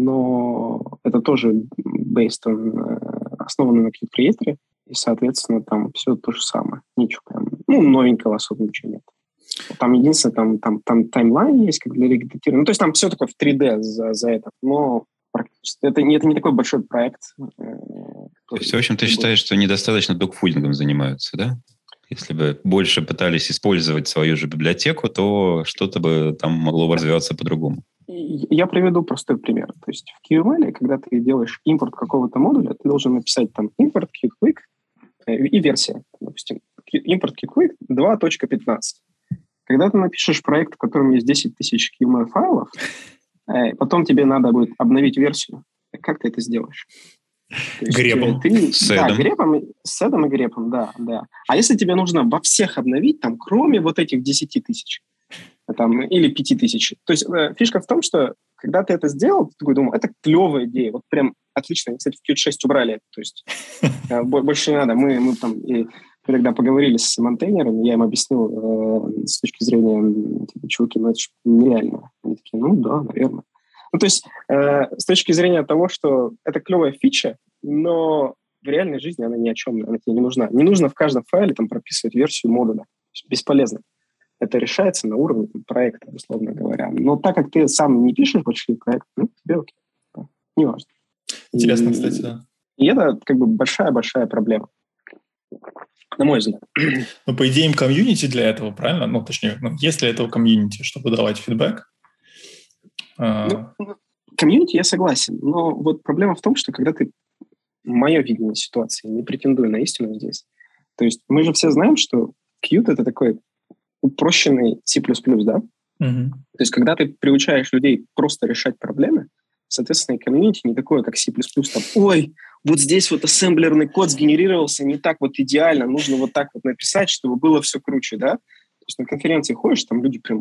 но это тоже based on, основано на Qt Creator, и, соответственно, там все то же самое. Ничего прям, ну, новенького особо ничего нет. Там единственное, там, там, там таймлайн есть, как для редактирования. Ну, то есть там все такое в три дэ за, за это, но практически это не, это не такой большой проект. Э, то есть, в общем, ты считаешь, что недостаточно докфудингом занимаются, да? Если бы больше пытались использовать свою же библиотеку, то что-то бы там могло бы развиваться по-другому. Я приведу простой пример. То есть в кью эм эл, когда ты делаешь импорт какого-то модуля, ты должен написать там импорт Qt Quick и версия. Допустим, импорт Qt Quick два точка пятнадцать. Когда ты напишешь проект, в котором есть десять тысяч кью эм эл файлов, э, потом тебе надо будет обновить версию. Как ты это сделаешь? Грепом. Ты, с да, грепом, с эдом и грепом, да, да. А если тебе нужно во всех обновить, там, кроме вот этих десяти тысяч, там, или пяти тысяч. То есть э, фишка в том, что когда ты это сделал, ты такой думал, это клевая идея, вот прям отлично. Они, кстати, в Qt шесть убрали это, то есть э, больше не надо. Мы, мы там... И, мы тогда поговорили с монтейнером, я им объяснил э, с точки зрения, типа, чуваки, ну это же нереально. Они такие, ну да, наверное. Ну то есть э, с точки зрения того, что это клевая фича, но в реальной жизни она ни о чем, она тебе не нужна. Не нужно в каждом файле там прописывать версию модуля. Бесполезно. Это решается на уровне там, проекта, условно говоря. Но так как ты сам не пишешь большие проекты, ну тебе окей. Да, неважно. Интересно, и, кстати, да. И это как бы большая-большая проблема. На мой взгляд. Ну, по идее, им комьюнити для этого, правильно? Ну, точнее, ну, есть ли этого комьюнити, чтобы давать фидбэк? Ну, комьюнити я согласен, но вот проблема в том, что когда ты... Мое видение ситуации, не претендую на истину здесь. То есть мы же все знаем, что Qt — это такой упрощенный C++, да? Mm-hmm. То есть когда ты приучаешь людей просто решать проблемы, соответственно, и комьюнити не такое, как C++. Там, ой, вот здесь вот ассемблерный код сгенерировался не так вот идеально, нужно вот так вот написать, чтобы было все круче, да? То есть на конференции ходишь, там люди прям,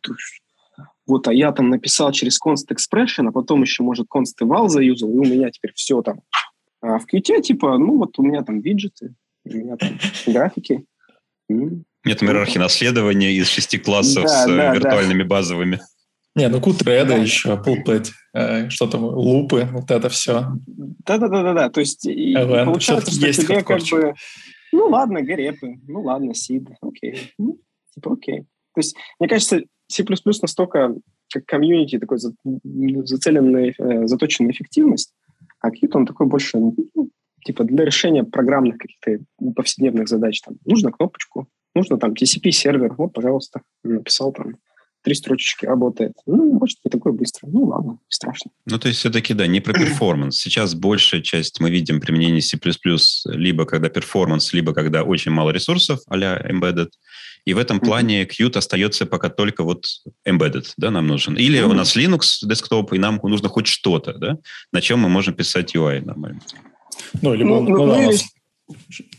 вот, а я там написал через const expression, а потом еще, может, const eval заюзал, и у меня теперь все там. А в Qt, типа, ну вот у меня там виджеты, у меня там графики. Нет, там иерархия наследования из шести классов да, с да, виртуальными да. базовыми. Не, ну Qt да. еще, Pulpit, э, что там, лупы, вот это все. Да-да-да-да, то есть и, и получается, что есть тебе как хардкорчик. бы, ну ладно, грепы, ну ладно, сид, окей, ну, типа окей. То есть, мне кажется, C++ настолько как комьюнити такой зацеленный, заточенный на эффективность, а Qt он такой больше, ну, типа для решения программных каких-то повседневных задач. Там, нужно кнопочку, нужно там ти си пи-сервер, вот, пожалуйста, написал там, три строчечки, работает. Ну, может, не такой быстрый. Ну, ладно, не страшно. Ну, то есть, все-таки, да, не про перформанс. Сейчас большая часть мы видим применение C++ либо когда перформанс, либо когда очень мало ресурсов, а-ля embedded. И в этом плане Qt остается пока только вот embedded, да, нам нужен. Или mm-hmm. у нас Linux десктоп, и нам нужно хоть что-то, да, на чем мы можем писать ю ай нормально. Ну, либо, ну, ну, ну, да, ну, у нас...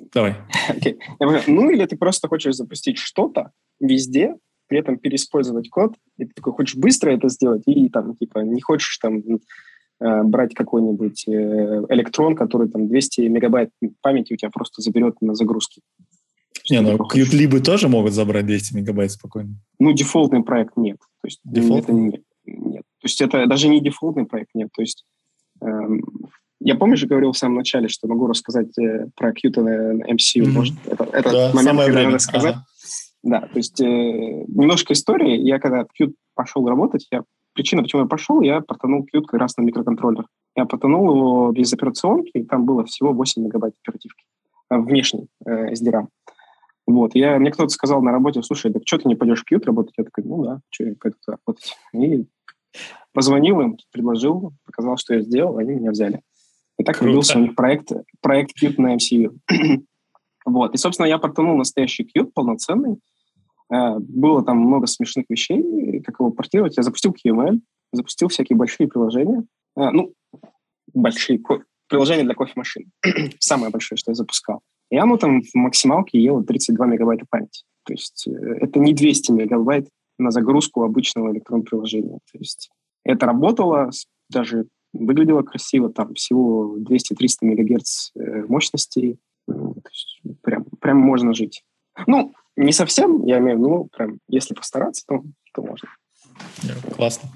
Давай. Okay. Ну, или ты просто хочешь запустить что-то везде, при этом переиспользовать код, и ты такой хочешь быстро это сделать, и там, типа, не хочешь там брать какой-нибудь электрон, который там двести мегабайт памяти у тебя просто заберет на загрузке. Не, ну Qt-либы тоже могут забрать двести мегабайт спокойно. Ну, дефолтный проект нет. То есть Дефолт? это не, нет. То есть это даже не дефолтный проект нет. То есть эм, я, помнишь, говорил в самом начале, что могу рассказать э, про Qt на эм си ю. Mm-hmm. Может, это, это да, момент, когда время. надо сказать. Ага. Да, то есть э, немножко истории. Я когда в Qt пошел работать, я, причина, почему я пошел, я портанул Qt как раз на микроконтроллер. Я портанул его без операционки, и там было всего восемь мегабайт оперативки. Э, внешний э, эс ди рам. Вот, я, мне кто-то сказал на работе, слушай, так что ты не пойдешь в Qt работать? Я такой, ну да, что я пойду работать. И позвонил им, предложил, показал, что я сделал, они меня взяли. И так появился у них проект, проект Qt на эм си ю. Вот, и, собственно, я портанул настоящий Qt, полноценный. Было там много смешных вещей, как его портировать. Я запустил кью эм эль, запустил всякие большие приложения. Ну, большие приложения для кофемашин. Самое большое, что я запускал. И оно там в максималке ело тридцать два мегабайта памяти. То есть это не двести мегабайт на загрузку обычного электронного приложения. То есть это работало, даже выглядело красиво, там всего двести-триста мегагерц мощности. То есть прям, прям можно жить. Ну, не совсем, я имею в виду, ну, прям, если постараться, то, то можно. Классно.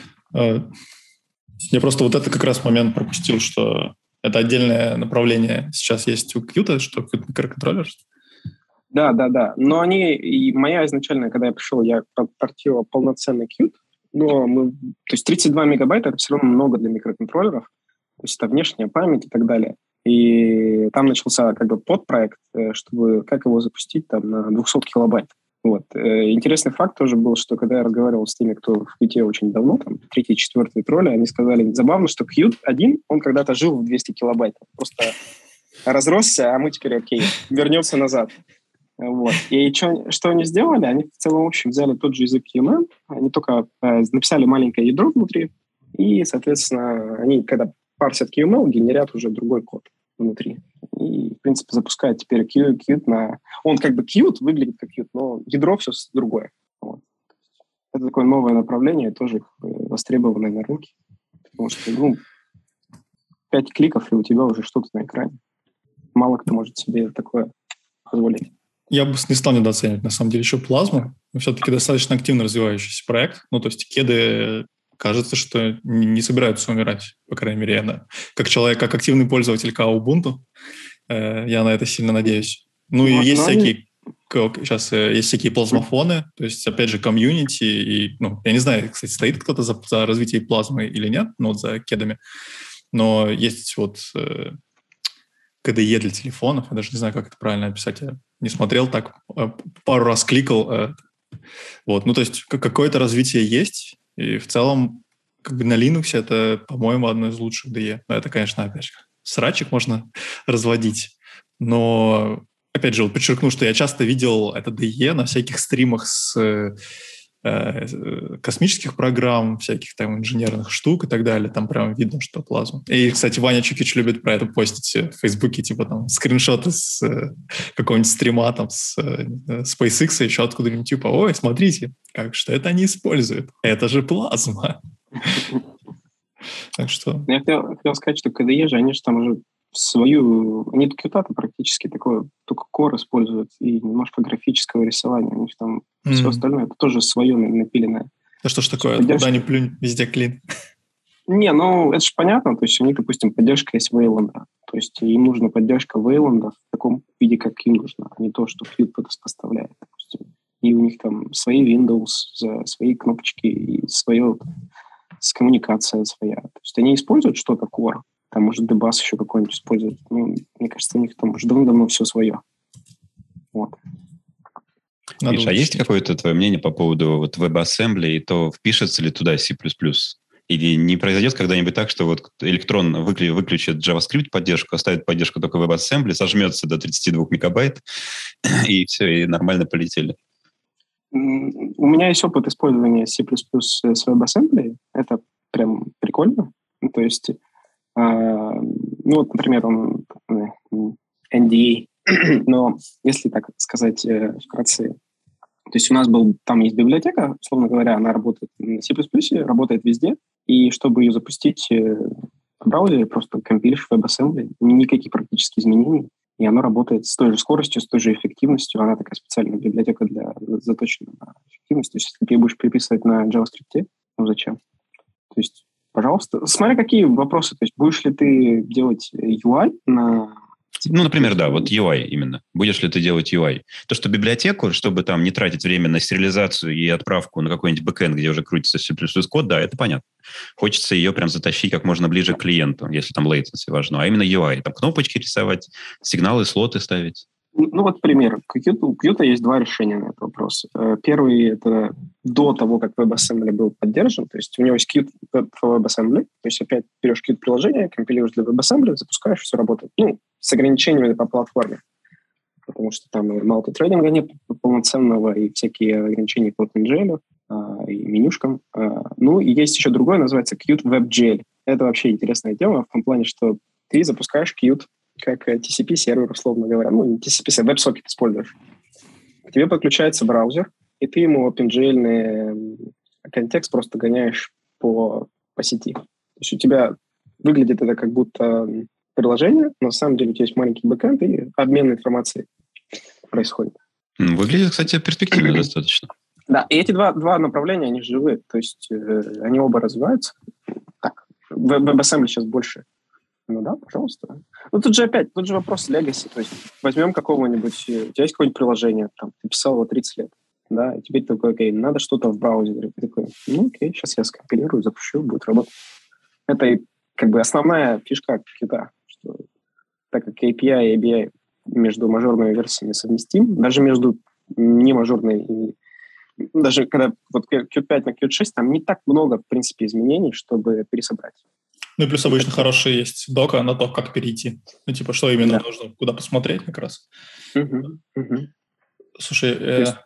Я просто вот это как раз момент пропустил, что это отдельное направление сейчас есть у Qt, что Qt микроконтроллер. Да, да, да. Но они, и моя изначально, когда я пришел, я портировал полноценный Qt, но мы, то есть тридцать два мегабайта, это все равно много для микроконтроллеров, то есть это внешняя память и так далее. И там начался как бы подпроект, чтобы как его запустить там на двести килобайт. Вот. Интересный факт тоже был, что когда я разговаривал с теми, кто в Qt очень давно, там, третий, четвертый тролли, они сказали, забавно, что Qt один, он когда-то жил в двести килобайт. Просто разросся, а мы теперь окей, вернемся назад. Вот. И что, что они сделали? Они в целом, в общем, взяли тот же язык кью эм эль, они только э, написали маленькое ядро внутри, и, соответственно, они, когда парсят кью эм эль, генерят уже другой код внутри. И, в принципе, запускают теперь Qt на... Он как бы Qt, выглядит как Qt, но ядро все другое. Вот. Это такое новое направление, тоже востребованное на рынке. Потому что, ну, пять кликов, и у тебя уже что-то на экране. Мало кто может себе такое позволить. Я бы не стал недооценивать, на самом деле, еще плазму. Но все-таки достаточно активно развивающийся проект. Ну, то есть кеды, кажется, что не, не собираются умирать, по крайней мере, я, как человек, как активный пользователь Ubuntu, э, я на это сильно надеюсь. Ну, но, и есть всякие... Они... Сейчас э, есть всякие плазмофоны, то есть, опять же, комьюнити. И, ну, я не знаю, кстати, стоит кто-то за, за развитие плазмы или нет, ну, вот за кедами. Но есть вот... Э, кей ди и для телефонов, я даже не знаю, как это правильно описать, я не смотрел так, пару раз кликал. Вот, ну, то есть какое-то развитие есть, и в целом как бы на Linux это, по-моему, одно из лучших ди и. Но это, конечно, опять же, срачик можно разводить, но, опять же, вот подчеркну, что я часто видел это ди и на всяких стримах с космических программ, всяких там инженерных штук и так далее. Там прям видно, что плазма. И, кстати, Ваня Чукич любит про это постить в Фейсбуке, типа там скриншоты с э, какого-нибудь стрима там с э, SpaceX, еще откуда-нибудь, типа, ой, смотрите, как что это они используют. Это же плазма. Так что... Я хотел сказать, что кей ди и же, они же там уже свою... Они Qt практически такое, только Core используют и немножко графического рисования. У них там mm. все остальное, это тоже свое напиленное. Да что ж такое, поддержка... куда ни плюнь, везде клин. Не, ну это же понятно, то есть у них, допустим, поддержка есть Wayland. То есть им нужна поддержка Wayland в таком виде, как им нужно, а не то, что Qt поставляет, допустим. И у них там свои Windows, свои кнопочки и свое с коммуникация своя. То есть они используют что-то Core, там, может, Debus еще какой-нибудь используют. Ну, мне кажется, у них там уже давно-давно все свое. Вот. Миш, а есть какое-то твое мнение по поводу вот WebAssembly и то, впишется ли туда C++? Или не произойдет когда-нибудь так, что вот Electron выклю, выключит JavaScript поддержку, оставит поддержку только WebAssembly, сожмется до тридцать два мегабайт, и все, и нормально полетели? У меня есть опыт использования C++ с WebAssembly. Это прям прикольно. То есть, э, ну вот, например, он эн ди эй Но если так сказать э, вкратце, то есть у нас был, там есть библиотека, условно говоря, она работает на C++, работает везде, и чтобы ее запустить э, в браузере, просто компилишь WebAssembly, никаких практически изменений, и оно работает с той же скоростью, с той же эффективностью. Она такая специальная библиотека для заточена на эффективность. То есть если ты ее будешь переписывать на JavaScript, ну зачем? То есть, пожалуйста, смотря какие вопросы. То есть будешь ли ты делать ю ай на... Ну, например, да, вот ю ай именно. Будешь ли ты делать ю ай? То, что библиотеку, чтобы там не тратить время на сериализацию и отправку на какой-нибудь бэкэнд, где уже крутится C++ код, да, это понятно. Хочется ее прям затащить как можно ближе к клиенту, если там latency важно. А именно ю ай. Там кнопочки рисовать, сигналы, слоты ставить. Ну, вот пример. У Qt есть два решения на этот вопрос. Первый – это до того, как WebAssembly был поддержан. То есть у него есть Qt for WebAssembly. То есть опять берешь Qt-приложение, компилируешь для WebAssembly, запускаешь, все работает. Ну, с ограничениями по платформе. Потому что там и мультитрейдинга нет полноценного, и всякие ограничения по OpenGL, и менюшкам. Ну, и есть еще другое, называется Qt WebGL. Это вообще интересная тема в том плане, что ты запускаешь Qt как ти си пи-сервер, условно говоря. Ну, не ти си пи, веб-сокет используешь. К тебе подключается браузер, и ты ему OpenGL контекст просто гоняешь по, по сети. То есть у тебя выглядит это как будто приложение, но на самом деле у тебя есть маленький бэкэнд, и обмен информацией происходит. Выглядит, кстати, перспективно достаточно. Да, и эти два, два направления, они живые, то есть э, они оба развиваются. Так, WebAssembly сейчас больше. Ну да, пожалуйста. Ну тут же опять, тут же вопрос legacy. То есть возьмем какого-нибудь, у тебя есть какое-нибудь приложение, там, ты писал его тридцать лет, да, и теперь ты такой, окей, надо что-то в браузере. Ты такой, ну окей, сейчас я скомпилирую, запущу, будет работать. Это как бы основная фишка Qt, что так как эй пи ай и эй би ай между мажорными версиями совместим, даже между немажорной и даже когда вот Qt пять на Qt шесть, там не так много, в принципе, изменений, чтобы пересобрать. Ну и плюс обычно хороший есть дока на то, как перейти. Ну типа, что именно да. нужно, куда посмотреть как раз. Угу, угу. Слушай... Э... Есть,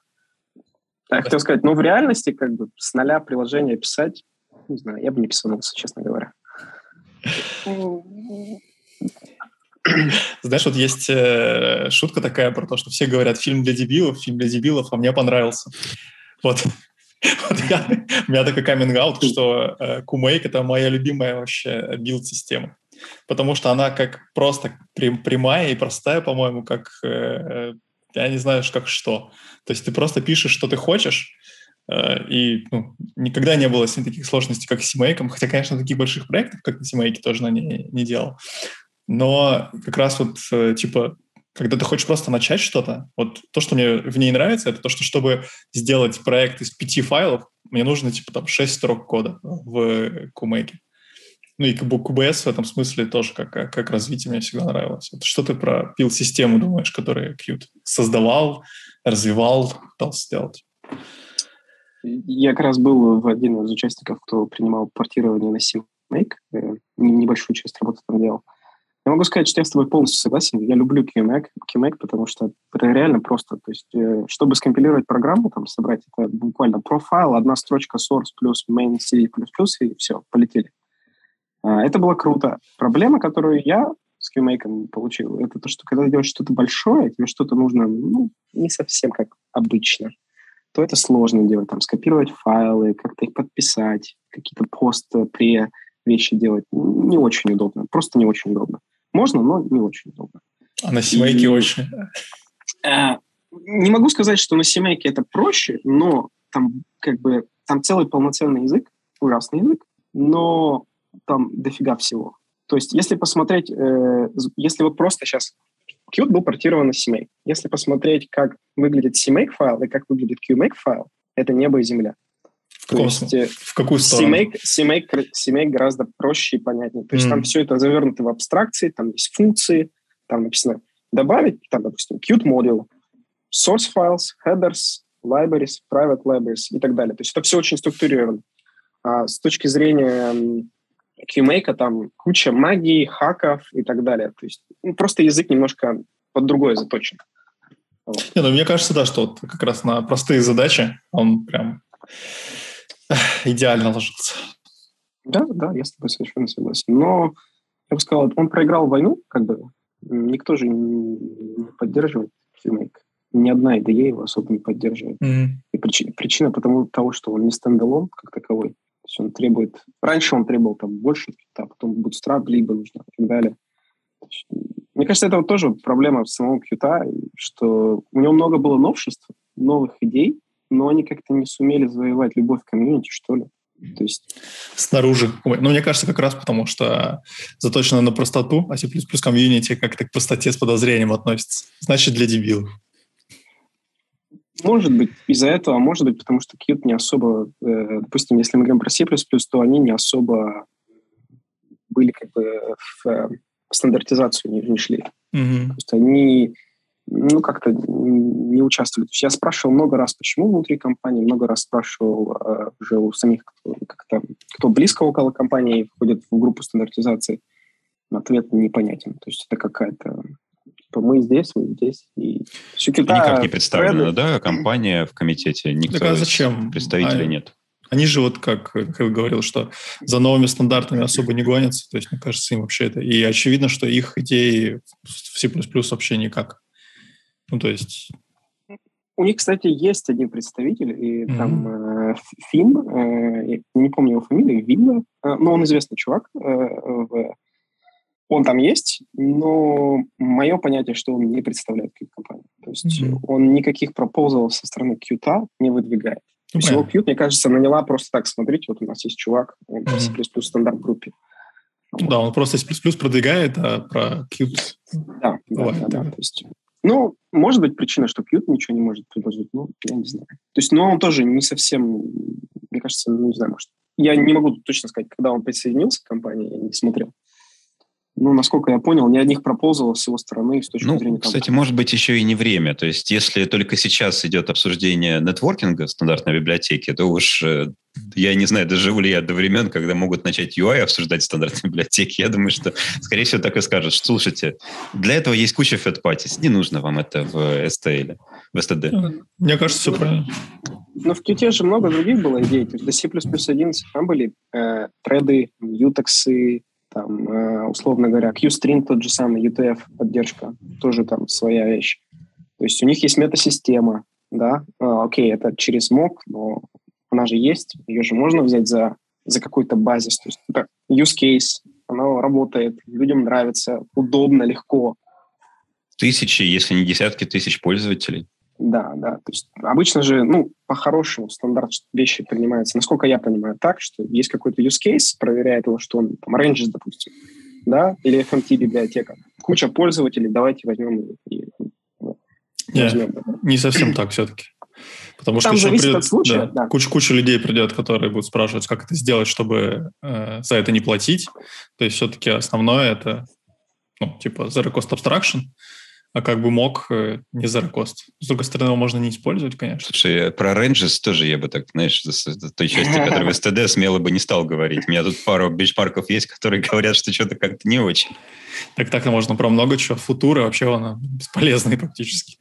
я хотел сказать, ну в реальности как бы с нуля приложение писать, не знаю, я бы не писанулся, честно говоря. Знаешь, вот есть э, шутка такая про то, что все говорят, фильм для дебилов, фильм для дебилов, а мне понравился. Вот. Вот я, у меня такой каминг-аут, что э, KuMake — это моя любимая вообще билд-система. Потому что она как просто прям, прямая и простая, по-моему, как, э, я не знаю, как что. То есть ты просто пишешь, что ты хочешь, э, и ну, никогда не было с ним таких сложностей, как с CMake, хотя, конечно, таких больших проектов, как на CMake, тоже на не, не делал. Но как раз вот, э, типа, когда ты хочешь просто начать что-то, вот то, что мне в ней нравится, это то, что чтобы сделать проект из пяти файлов, мне нужно, типа, там, шесть строк кода в KuMake. Ну и ку би эс в этом смысле тоже как, как развитие мне всегда нравилось. Это что ты про билд-систему думаешь, которую Qt создавал, развивал, пытался сделать? Я как раз был в один из участников, кто принимал портирование на CMake, небольшую часть работы там делал. Я могу сказать, что я с тобой полностью согласен. Я люблю QMake, QMake, потому что это реально просто. То есть, чтобы скомпилировать программу, там, собрать это буквально профайл, одна строчка source плюс main c плюс плюс, и все, полетели. Это было круто. Проблема, которую я с QMake получил, это то, что когда ты делаешь что-то большое, тебе что-то нужно, ну, не совсем как обычно, то это сложно делать. Там, скопировать файлы, как-то их подписать, какие-то пост-пре вещи делать. Не очень удобно. Просто не очень удобно. Можно, но не очень удобно. А на CMake и... очень? Э, не могу сказать, что на CMake это проще, но там как бы там целый полноценный язык, ужасный язык, но там дофига всего. То есть если посмотреть, э, если вот просто сейчас Qt был портирован на CMake, если посмотреть, как выглядит CMake файл и как выглядит QMake файл, это небо и земля. В, каком есть, в какую сторону? CMake, CMake, CMake гораздо проще и понятнее. То есть mm. там все это завернуто в абстракции, там есть функции, там написано добавить, там, допустим, Qt module, source files, headers, libraries, private libraries и так далее. То есть это все очень структурировано. А с точки зрения QMake там куча магии, хаков и так далее. То есть ну, просто язык немножко под другое заточен. Вот. Не, ну, мне кажется, да, что вот как раз на простые задачи он прям идеально ложился. Да, да, я с тобой совершенно согласен. Но, я бы сказал, он проиграл войну, как бы, никто же не поддерживает FileMake. Ни одна ай ди и его особо не поддерживает. Mm-hmm. И причина, причина потому того, что он не стендалон как таковой. То есть он требует... Раньше он требовал там больше, а потом Bootstrap либо нужно и так далее. Есть, мне кажется, это вот тоже проблема самого Qt, что у него много было новшеств, новых идей, но они как-то не сумели завоевать любовь к комьюнити, что ли. То есть... Снаружи. Ну, мне кажется, как раз потому, что заточено на простоту, а C++ комьюнити как-то к простоте с подозрением относится. Значит, для дебилов. Может быть, из-за этого, а может быть, потому что Qt не особо... Э, допустим, если мы говорим про C++, то они не особо были как бы в, в стандартизацию не, не шли. Mm-hmm. То есть они... ну, как-то не участвовали. То есть я спрашивал много раз, почему внутри компании, много раз спрашивал э, уже у самих, кто, как-то, кто близко около компании входит в группу стандартизации. Ответ непонятен. То есть это какая-то... Типа мы здесь, мы здесь. И... Типа никак не представлена, да, компания в комитете? Никто так а зачем? Представителей а, нет. Они же вот, как, как я говорил, что за новыми стандартами особо не гонятся. То есть, мне кажется, им вообще это... И очевидно, что их идеи в C++ вообще никак. Ну, то есть... У них, кстати, есть один представитель, и mm-hmm. там э, Финн, э, я не помню его фамилию, Вилла, э, но он известный чувак. Э, в, он там есть, но мое понятие, что он не представляет Qt-компанию. То есть mm-hmm. он никаких пропозалов со стороны Qt не выдвигает. То есть его Qt, мне кажется, наняла просто так, смотрите, вот у нас есть чувак, он в C++ mm-hmm. стандарт-группе. Ну, да, он просто C++ продвигает, а про Qt... Да, да, да, да, то есть... Ну, может быть, причина, что Qt ничего не может предложить, ну, я не знаю. То есть, но он тоже не совсем, мне кажется, ну, не знаю, может. Я не могу точно сказать, когда он присоединился к компании, я не смотрел. Ну, насколько я понял, ни одних пропозалов с его стороны с точки ну, зрения... кстати, компании. Может быть, еще и не время. То есть, если только сейчас идет обсуждение нетворкинга в стандартной библиотеке, то уж я не знаю, доживу ли я до времен, когда могут начать ю ай обсуждать в стандартной библиотеке. Я думаю, что, скорее всего, так и скажут. Слушайте, для этого есть куча third-parties. Не нужно вам это в эс ти эл, в эс ти ди. Мне кажется, все правильно. Но в Qt же много других было идей. То есть до C++ одиннадцать там были э, треды, ютексы, там, э, условно говоря, QString тот же самый, ю ти эф поддержка, тоже там своя вещь. То есть у них есть метасистема, да, а, окей, это через мок, но она же есть, ее же можно взять за, за какой-то базис. То есть это use case, она работает, людям нравится, удобно, легко. Тысячи, если не десятки тысяч пользователей. Да, да. То есть обычно же, ну, по-хорошему стандарт вещи принимаются, насколько я понимаю, так, что есть какой-то use case, проверяет его, что он там ranges, допустим, да, или эф эм ти библиотека. Куча пользователей, давайте возьмем и, вот, yeah, возьмем. Не совсем так все-таки. Потому там что зависит придет, от случая, да, да. Куча, куча людей придет, которые будут спрашивать, как это сделать, чтобы э, за это не платить. То есть все-таки основное это, ну, типа zero cost abstraction, а как бы мог не zero cost. С другой стороны, его можно не использовать, конечно. Слушай, про ranges тоже я бы так, знаешь, за той части, которая в эс ти ди, смело бы не стал говорить. У меня тут пару бенчмарков есть, которые говорят, что что-то как-то не очень. Так так-то можно про много чего. Футура вообще она бесполезная практически.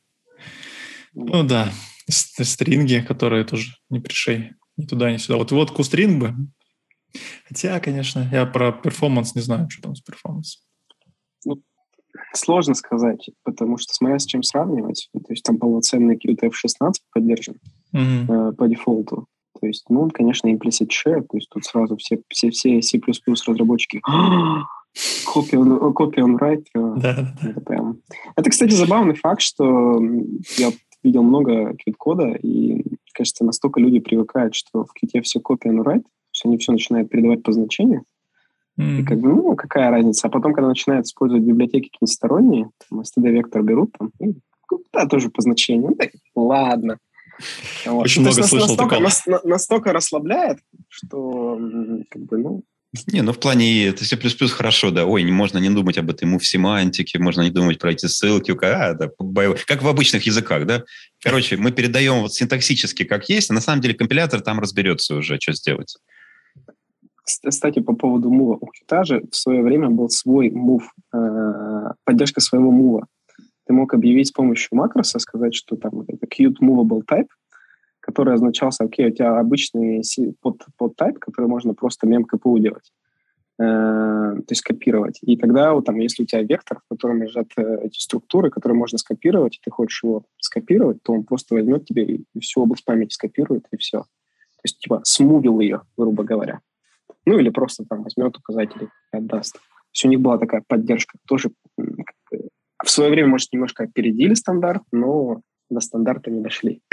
Ну да, стринги, которые тоже не пришей ни туда, ни сюда. Вот, вот QString бы. Хотя, конечно, я про перформанс не знаю, что там с перформансом. Ну, сложно сказать, потому что смотря с чем сравнивать. То есть там полноценный Qt эф шестнадцать поддержан mm-hmm. э, по дефолту. То есть, ну, он, конечно, implicit share, то есть тут сразу все, все, все C++ разработчики copy on, copy on write. Да, это, прям... это, кстати, забавный факт, что я видел много Qt-кода, и, кажется, настолько люди привыкают, что в Qt все copy on write, то есть они все начинают передавать по значению. Mm-hmm. И как бы, ну, какая разница? А потом, когда начинают использовать библиотеки какие-нибудь сторонние, там, эс ти ди-вектор берут, там, и, да, тоже по значению. Ну, так, ладно. Вот. Очень ну, много слышал настолько, такого. На, настолько расслабляет, что, как бы, ну... Не, ну в плане это C++ хорошо, да. Ой, не можно не думать об этой move-семантике, можно не думать про эти ссылки. А, да, как в обычных языках, да. Короче, мы передаем вот синтаксически как есть, а на самом деле компилятор там разберется уже, что сделать. Кстати, по поводу мува. У Qt же в свое время был свой move, э, поддержка своего мува. Ты мог объявить с помощью макроса, сказать, что там это Qt movable type, который означался, окей, у тебя обычный под, под type, который можно просто мем КПУ делать. то есть копировать. И тогда, вот, там, если у тебя вектор, в котором лежат э, эти структуры, которые можно скопировать, и ты хочешь его скопировать, то он просто возьмет тебе и всю область памяти скопирует, и все. То есть, типа, смувил ее, грубо говоря. Ну, или просто там возьмет указатели и отдаст. То есть у них была такая поддержка. Тоже в свое время, может, немножко опередили стандарт, но до стандарта не дошли.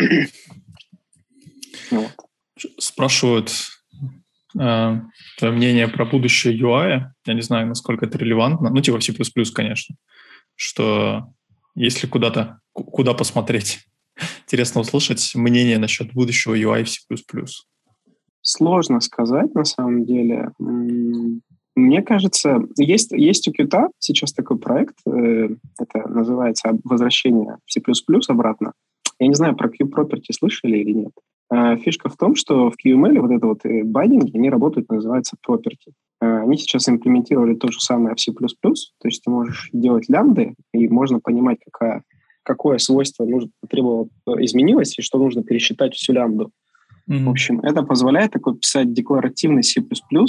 Вот. Спрашивают э, твое мнение про будущее ю ай. Я не знаю, насколько это релевантно. Ну, типа в C++, конечно. Что если куда-то, куда посмотреть, интересно услышать мнение насчет будущего ю ай в C++. Сложно сказать, на самом деле. Мне кажется, есть, есть у Qt сейчас такой проект, э, это называется «Возвращение в C++ обратно». Я не знаю, про Q-property слышали или нет. Э, фишка в том, что в кью эм эл вот это вот э, байдинги, они работают, называется property. Э, они сейчас имплементировали то же самое в C++, то есть ты можешь делать лямбды, и можно понимать, какая, какое свойство нужно, потребовало, изменилось, и что нужно пересчитать всю лямбду. Mm-hmm. В общем, это позволяет такой писать декларативный C++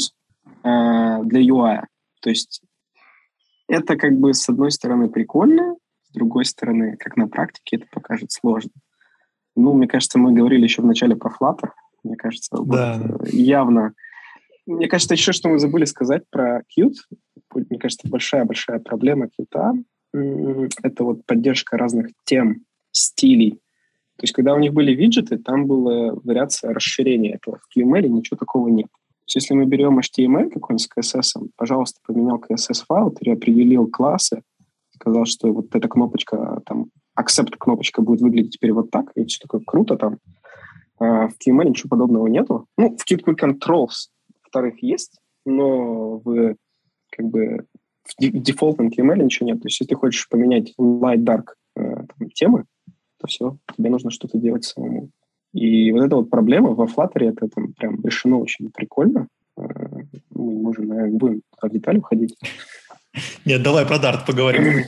для ю ай. То есть это как бы с одной стороны прикольно, с другой стороны, как на практике, это покажет сложно. Ну, мне кажется, мы говорили еще в начале про Flutter. Мне кажется, да. Вот, явно... Мне кажется, еще что мы забыли сказать про Qt. Мне кажется, большая-большая проблема Qt — это вот поддержка разных тем, стилей. То есть, когда у них были виджеты, там была вариация расширения этого. В кью эм эл ничего такого нет. То есть, если мы берем эйч ти эм эл какой-нибудь с кей эс эс, пожалуйста, поменял кей эс эс-файл, переопределил классы, сказал, что вот эта кнопочка, там, accept кнопочка будет выглядеть теперь вот так, и все такое круто там. А в кью эм эл ничего подобного нету. Ну, в Qt Controls вторых есть, но в, как бы, в дефолтном кью эм эл ничего нет. То есть, если ты хочешь поменять light-dark э, там, темы, то все, тебе нужно что-то делать самому. И вот эта вот проблема во Flutter, это там прям решено очень прикольно. Мы можем, наверное, не будем в детали уходить. Нет, давай про Dart поговорим.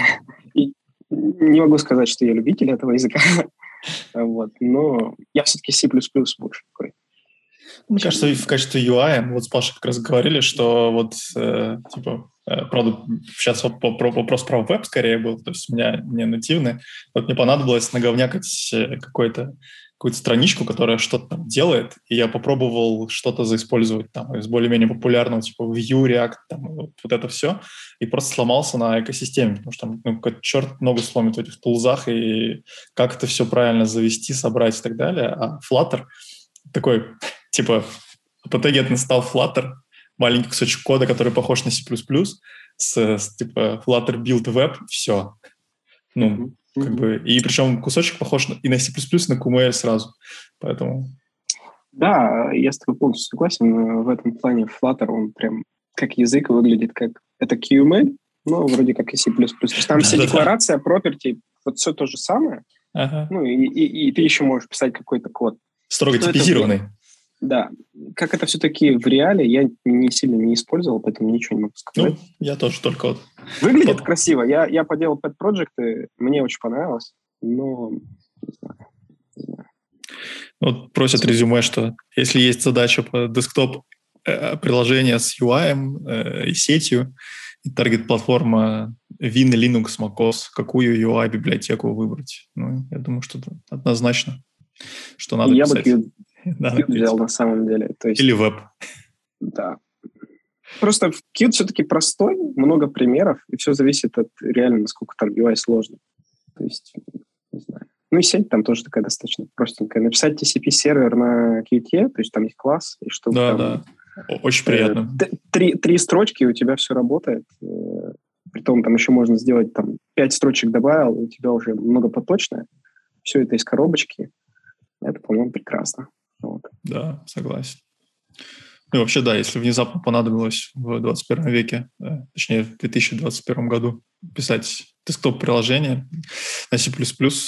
И не могу сказать, что я любитель этого языка, вот, но я все-таки C++ больше такой. Мне кажется, в качестве ю ай, вот с Пашей как раз говорили, что вот, э, типа, э, правда, сейчас вот вопрос про веб скорее был, то есть у меня не нативный. Вот мне понадобилось наговнякать какой-то, какую-то страничку, которая что-то там делает, и я попробовал что-то заиспользовать там из более-менее популярного, типа Vue, React, там, вот, вот это все, и просто сломался на экосистеме, потому что там ну, какой-то черт ногу сломит в этих тулзах, и как это все правильно завести, собрать и так далее. А Flutter такой... Типа, по итоге это стал Flutter, маленький кусочек кода, который похож на C++, с, с типа Flutter Build Web, все. Ну, mm-hmm. как бы, и причем кусочек похож и на C++, и на кью эм эл сразу, поэтому... Да, я с тобой полностью согласен. В этом плане Flutter, он прям как язык выглядит как... Это кью эм эл, но вроде как и C++. То есть там вся декларация, property, вот все то же самое. Ага. Ну, и, и, и ты еще можешь писать какой-то код. Строго что типизированный. Да. Как это все-таки в реале, я не сильно не использовал, поэтому ничего не могу сказать. Ну, я тоже только вот... Выглядит Под... красиво. Я, я поделал pet project, мне очень понравилось, но не знаю. Не знаю. Вот просят Все. резюме, что если есть задача по десктоп э, приложения с ю ай э, и сетью, и таргет-платформа Win, Linux, macOS, какую ю ай-библиотеку выбрать? Ну, я думаю, что это однозначно, что надо я писать. Бы Qt взял на самом деле. То есть, или веб. Да. Просто Qt все-таки простой, много примеров, и все зависит от реально, насколько там ю ай сложный. То есть, не знаю. Ну и сеть там тоже такая достаточно простенькая. Написать ти си пи-сервер на Qt, то есть там есть класс, и чтобы да, там... Да, очень приятно. Э, три, три строчки, у тебя все работает. Э, притом там еще можно сделать, там, пять строчек добавил, у тебя уже многопоточное. Все это из коробочки. Это, по-моему, прекрасно. Вот. Да, согласен. Ну, вообще, да, если внезапно понадобилось в двадцать первом веке, э, точнее, в две тысячи двадцать первом году писать десктоп-приложение на C++.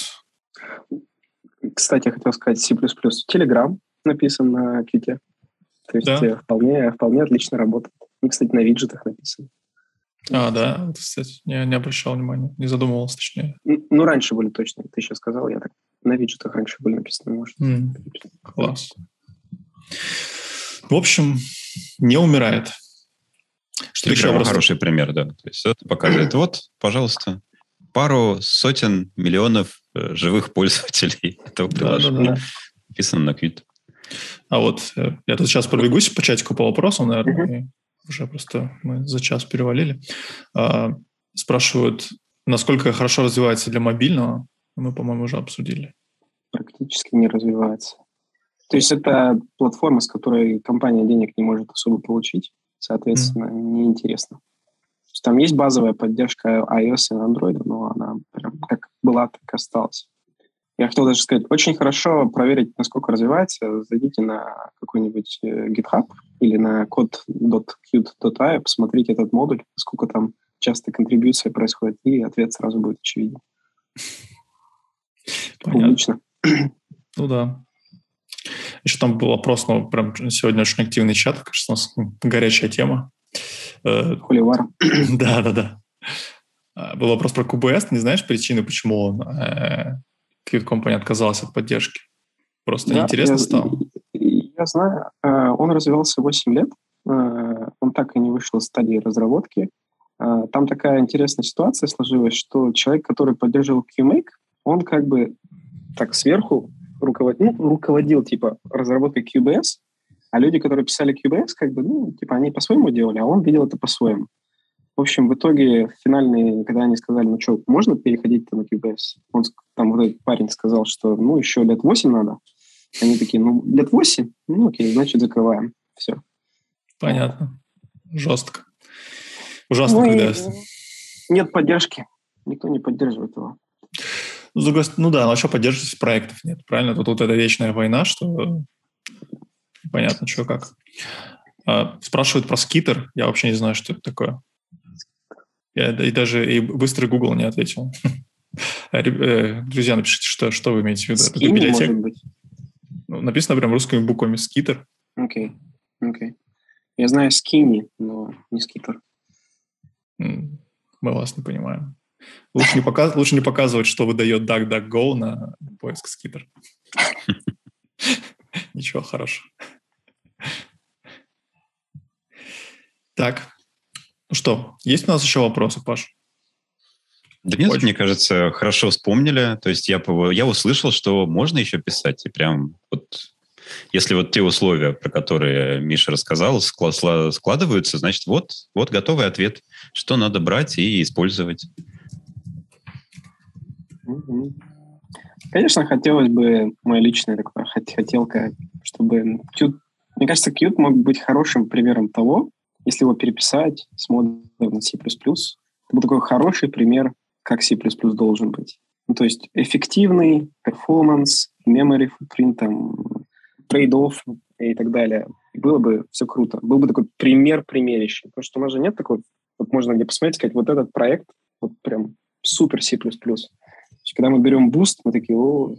Кстати, я хотел сказать C++. Telegram написан на Qt. То есть да. вполне, вполне отлично работает. И, кстати, на виджетах написан. А, да? Вот, кстати, не, не обращал внимания, не задумывался, точнее. Ну, ну, раньше были точно. Ты сейчас сказал, я так на виджетах раньше были написаны, может. Mm, класс. В общем, не умирает. Что Telegram еще хороший пример, да. То есть это показывает, вот, пожалуйста, пару сотен миллионов э, живых пользователей этого приложения. Да, да, да. Написано на Qt. А вот э, я тут сейчас пробегусь по чатику по вопросам, наверное, Мгм. и уже просто мы за час перевалили. А, спрашивают, насколько хорошо развивается для мобильного. Мы, по-моему, уже обсудили. Практически не развивается. То есть это платформа, с которой компания денег не может особо получить, соответственно, mm. неинтересно. То есть там есть базовая поддержка iOS и Android, но она прям как была, так и осталась. Я хотел даже сказать, очень хорошо проверить, насколько развивается. Зайдите на какой-нибудь GitHub или на code.qt.io, посмотрите этот модуль, сколько там часто контрибьюция происходит, и ответ сразу будет очевиден. Публично. Ну да. Еще там был вопрос, ну, прям сегодня очень активный чат, кажется, у нас горячая тема. Холивар. Да, да, да. Был вопрос про кью би эс. Не знаешь причины, почему он, Qt Company отказалась от поддержки? Просто да, неинтересно я, стало? Я знаю. Он развивался восемь лет. Он так и не вышел из стадии разработки. Там такая интересная ситуация сложилась, что человек, который поддерживал QMake, он как бы так сверху руководил, ну, руководил типа разработкой кью би эс, а люди, которые писали кью би эс, как бы, ну, типа, они по-своему делали, а он видел это по-своему. В общем, в итоге финальные, когда они сказали, ну что, можно переходить-то на кью би эс? Он, там вот этот парень сказал, что, ну, еще лет восемь надо. Они такие, ну, лет восемь? Ну, окей, значит, закрываем. Все. Понятно. Жестко. Ужасно, ну, когда... Нет поддержки. Никто не поддерживает его. С другой стороны, ну да, но еще поддерживать проектов нет, правильно? Тут вот эта вечная война, что понятно, что как. А, спрашивают про Skitter, я вообще не знаю, что это такое. Я и даже и быстрый Google не ответил. Друзья, напишите, что, что вы имеете в виду. Это библиотека? Может быть. Ну, написано прям русскими буквами Skitter. Окей, okay. окей. Okay. Я знаю Skinny, но не Skitter. Мы вас не понимаем. Лучше не, показ... Лучше не показывать, что выдает DuckDuckGo на поиск Skitter. Ничего хорошего. Так. Ну что, есть у нас еще вопросы, Паш? Да нет, Очень. Мне кажется, хорошо вспомнили. То есть я, я услышал, что можно еще писать. И прям вот... Если вот те условия, про которые Миша рассказал, складываются, значит, вот, вот готовый ответ, что надо брать и использовать. Конечно, хотелось бы, моя личная такая хотелка, чтобы Qt, мне кажется, Qt мог быть хорошим примером того, если его переписать с модом на C++, это был такой хороший пример, как C++ должен быть. Ну, то есть эффективный перформанс, memory footprint, там, трейд-офф и так далее. И было бы все круто. Был бы такой пример примерищий. Потому что у нас же нет такого... Вот можно где посмотреть, сказать, вот этот проект, вот прям супер C++. То есть, когда мы берем Boost, мы такие, о,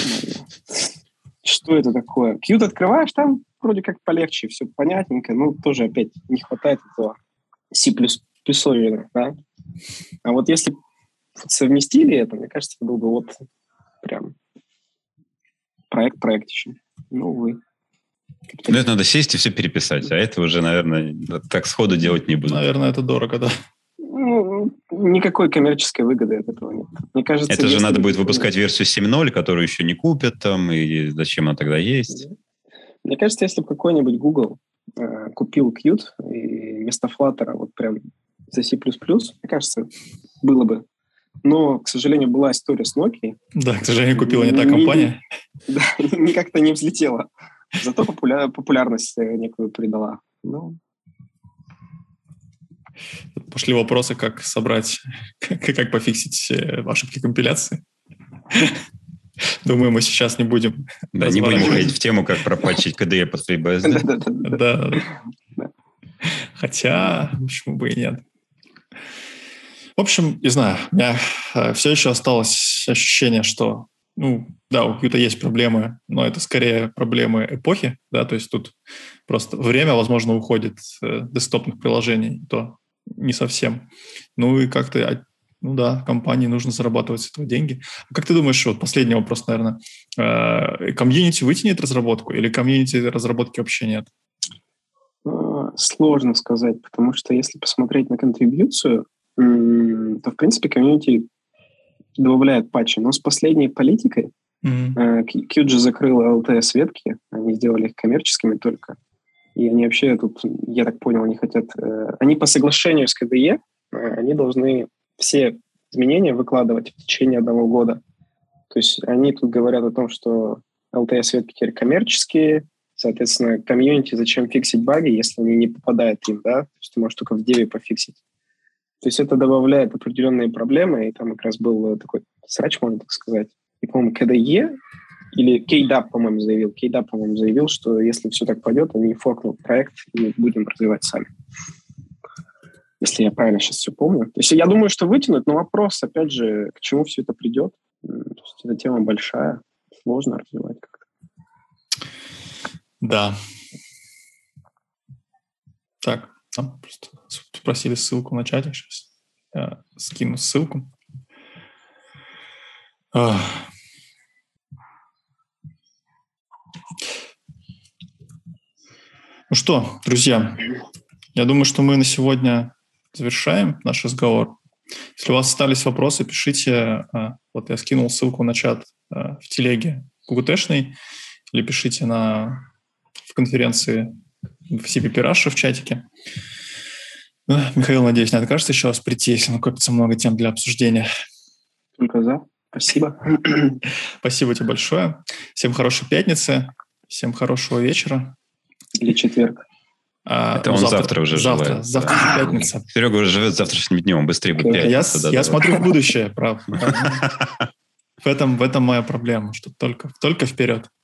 что это такое? Qt открываешь, там вроде как полегче, все понятненько, но тоже опять не хватает этого C++, да? А вот если совместили это, мне кажется, это был бы вот прям проект-проектище. Ну, увы. Ну, это надо сесть и все переписать, а это уже, наверное, так сходу делать не буду. Наверное, это дорого, да. Ну, никакой коммерческой выгоды от этого нет. Мне кажется, это же надо будет выпускать версию семь ноль, которую еще не купят там, и зачем она тогда есть? Мне кажется, если бы какой-нибудь Google э, купил Qt и вместо Flutter вот прям за C++, мне кажется, было бы. Но, к сожалению, была история с Nokia. Да, к сожалению, купила не та компания. Да, как-то не взлетела. Зато популя- популярность некую придала. Ну. Пошли вопросы, как собрать, как, как пофиксить ошибки компиляции. Думаю, мы сейчас не будем. Да, не будем уходить в тему, как пропатчить ка ди и под FreeBSD. Да. Хотя, почему бы и нет. В общем, не знаю, у меня все еще осталось ощущение, что, ну, да, у Qt есть проблемы, но это скорее проблемы эпохи, да, то есть тут просто время, возможно, уходит э, десктопных приложений, то не совсем. Ну и как-то, ну да, компании нужно зарабатывать с этого деньги. А как ты думаешь, вот последний вопрос, наверное, э, комьюнити вытянет разработку или комьюнити разработки вообще нет? сложно сказать, потому что если посмотреть на контрибьюцию, то, в принципе, комьюнити добавляет патчи. Но с последней политикой mm-hmm. Qt же закрыла эл ти эс-ветки, они сделали их коммерческими только. И они вообще тут, я так понял, они хотят... Они по соглашению с ка дэ е, они должны все изменения выкладывать в течение одного года. То есть они тут говорят о том, что эл ти эс-ветки теперь коммерческие, соответственно, комьюнити зачем фиксить баги, если они не попадают им, да? То есть ты можешь только в деве пофиксить. То есть это добавляет определенные проблемы, и там как раз был такой срач, можно так сказать. И, по-моему, ка дэ е или кейдап, по-моему, заявил, кейдап, по-моему, заявил, что если все так пойдет, они форкнут проект и будем развивать сами. Если я правильно сейчас все помню. То есть я думаю, что вытянут, но вопрос, опять же, к чему все это придет. То есть эта тема большая, сложно развивать как-то. Да. Так, там просто спросили ссылку на чате сейчас. Я скину ссылку. Ах. Ну что, друзья, я думаю, что мы на сегодня завершаем наш разговор. Если у вас остались вопросы, пишите. Вот я скинул ссылку на чат в телеге КуГуТэшной или пишите на, в конференции в си пи пи Russia в чатике. Ну, Михаил, надеюсь, не откажется еще раз прийти, если накопится много тем для обсуждения. Только за. Спасибо. Спасибо тебе большое. Всем хорошей пятницы, всем хорошего вечера. Или четверг. А, Это ну, он завтра, завтра уже завтра, желает. Завтра же пятница. Серега уже живет завтрашним днем, быстрее будет пятница. Я, да, я да, смотрю да. в будущее, правда. В этом, в этом моя проблема, что только, только вперед.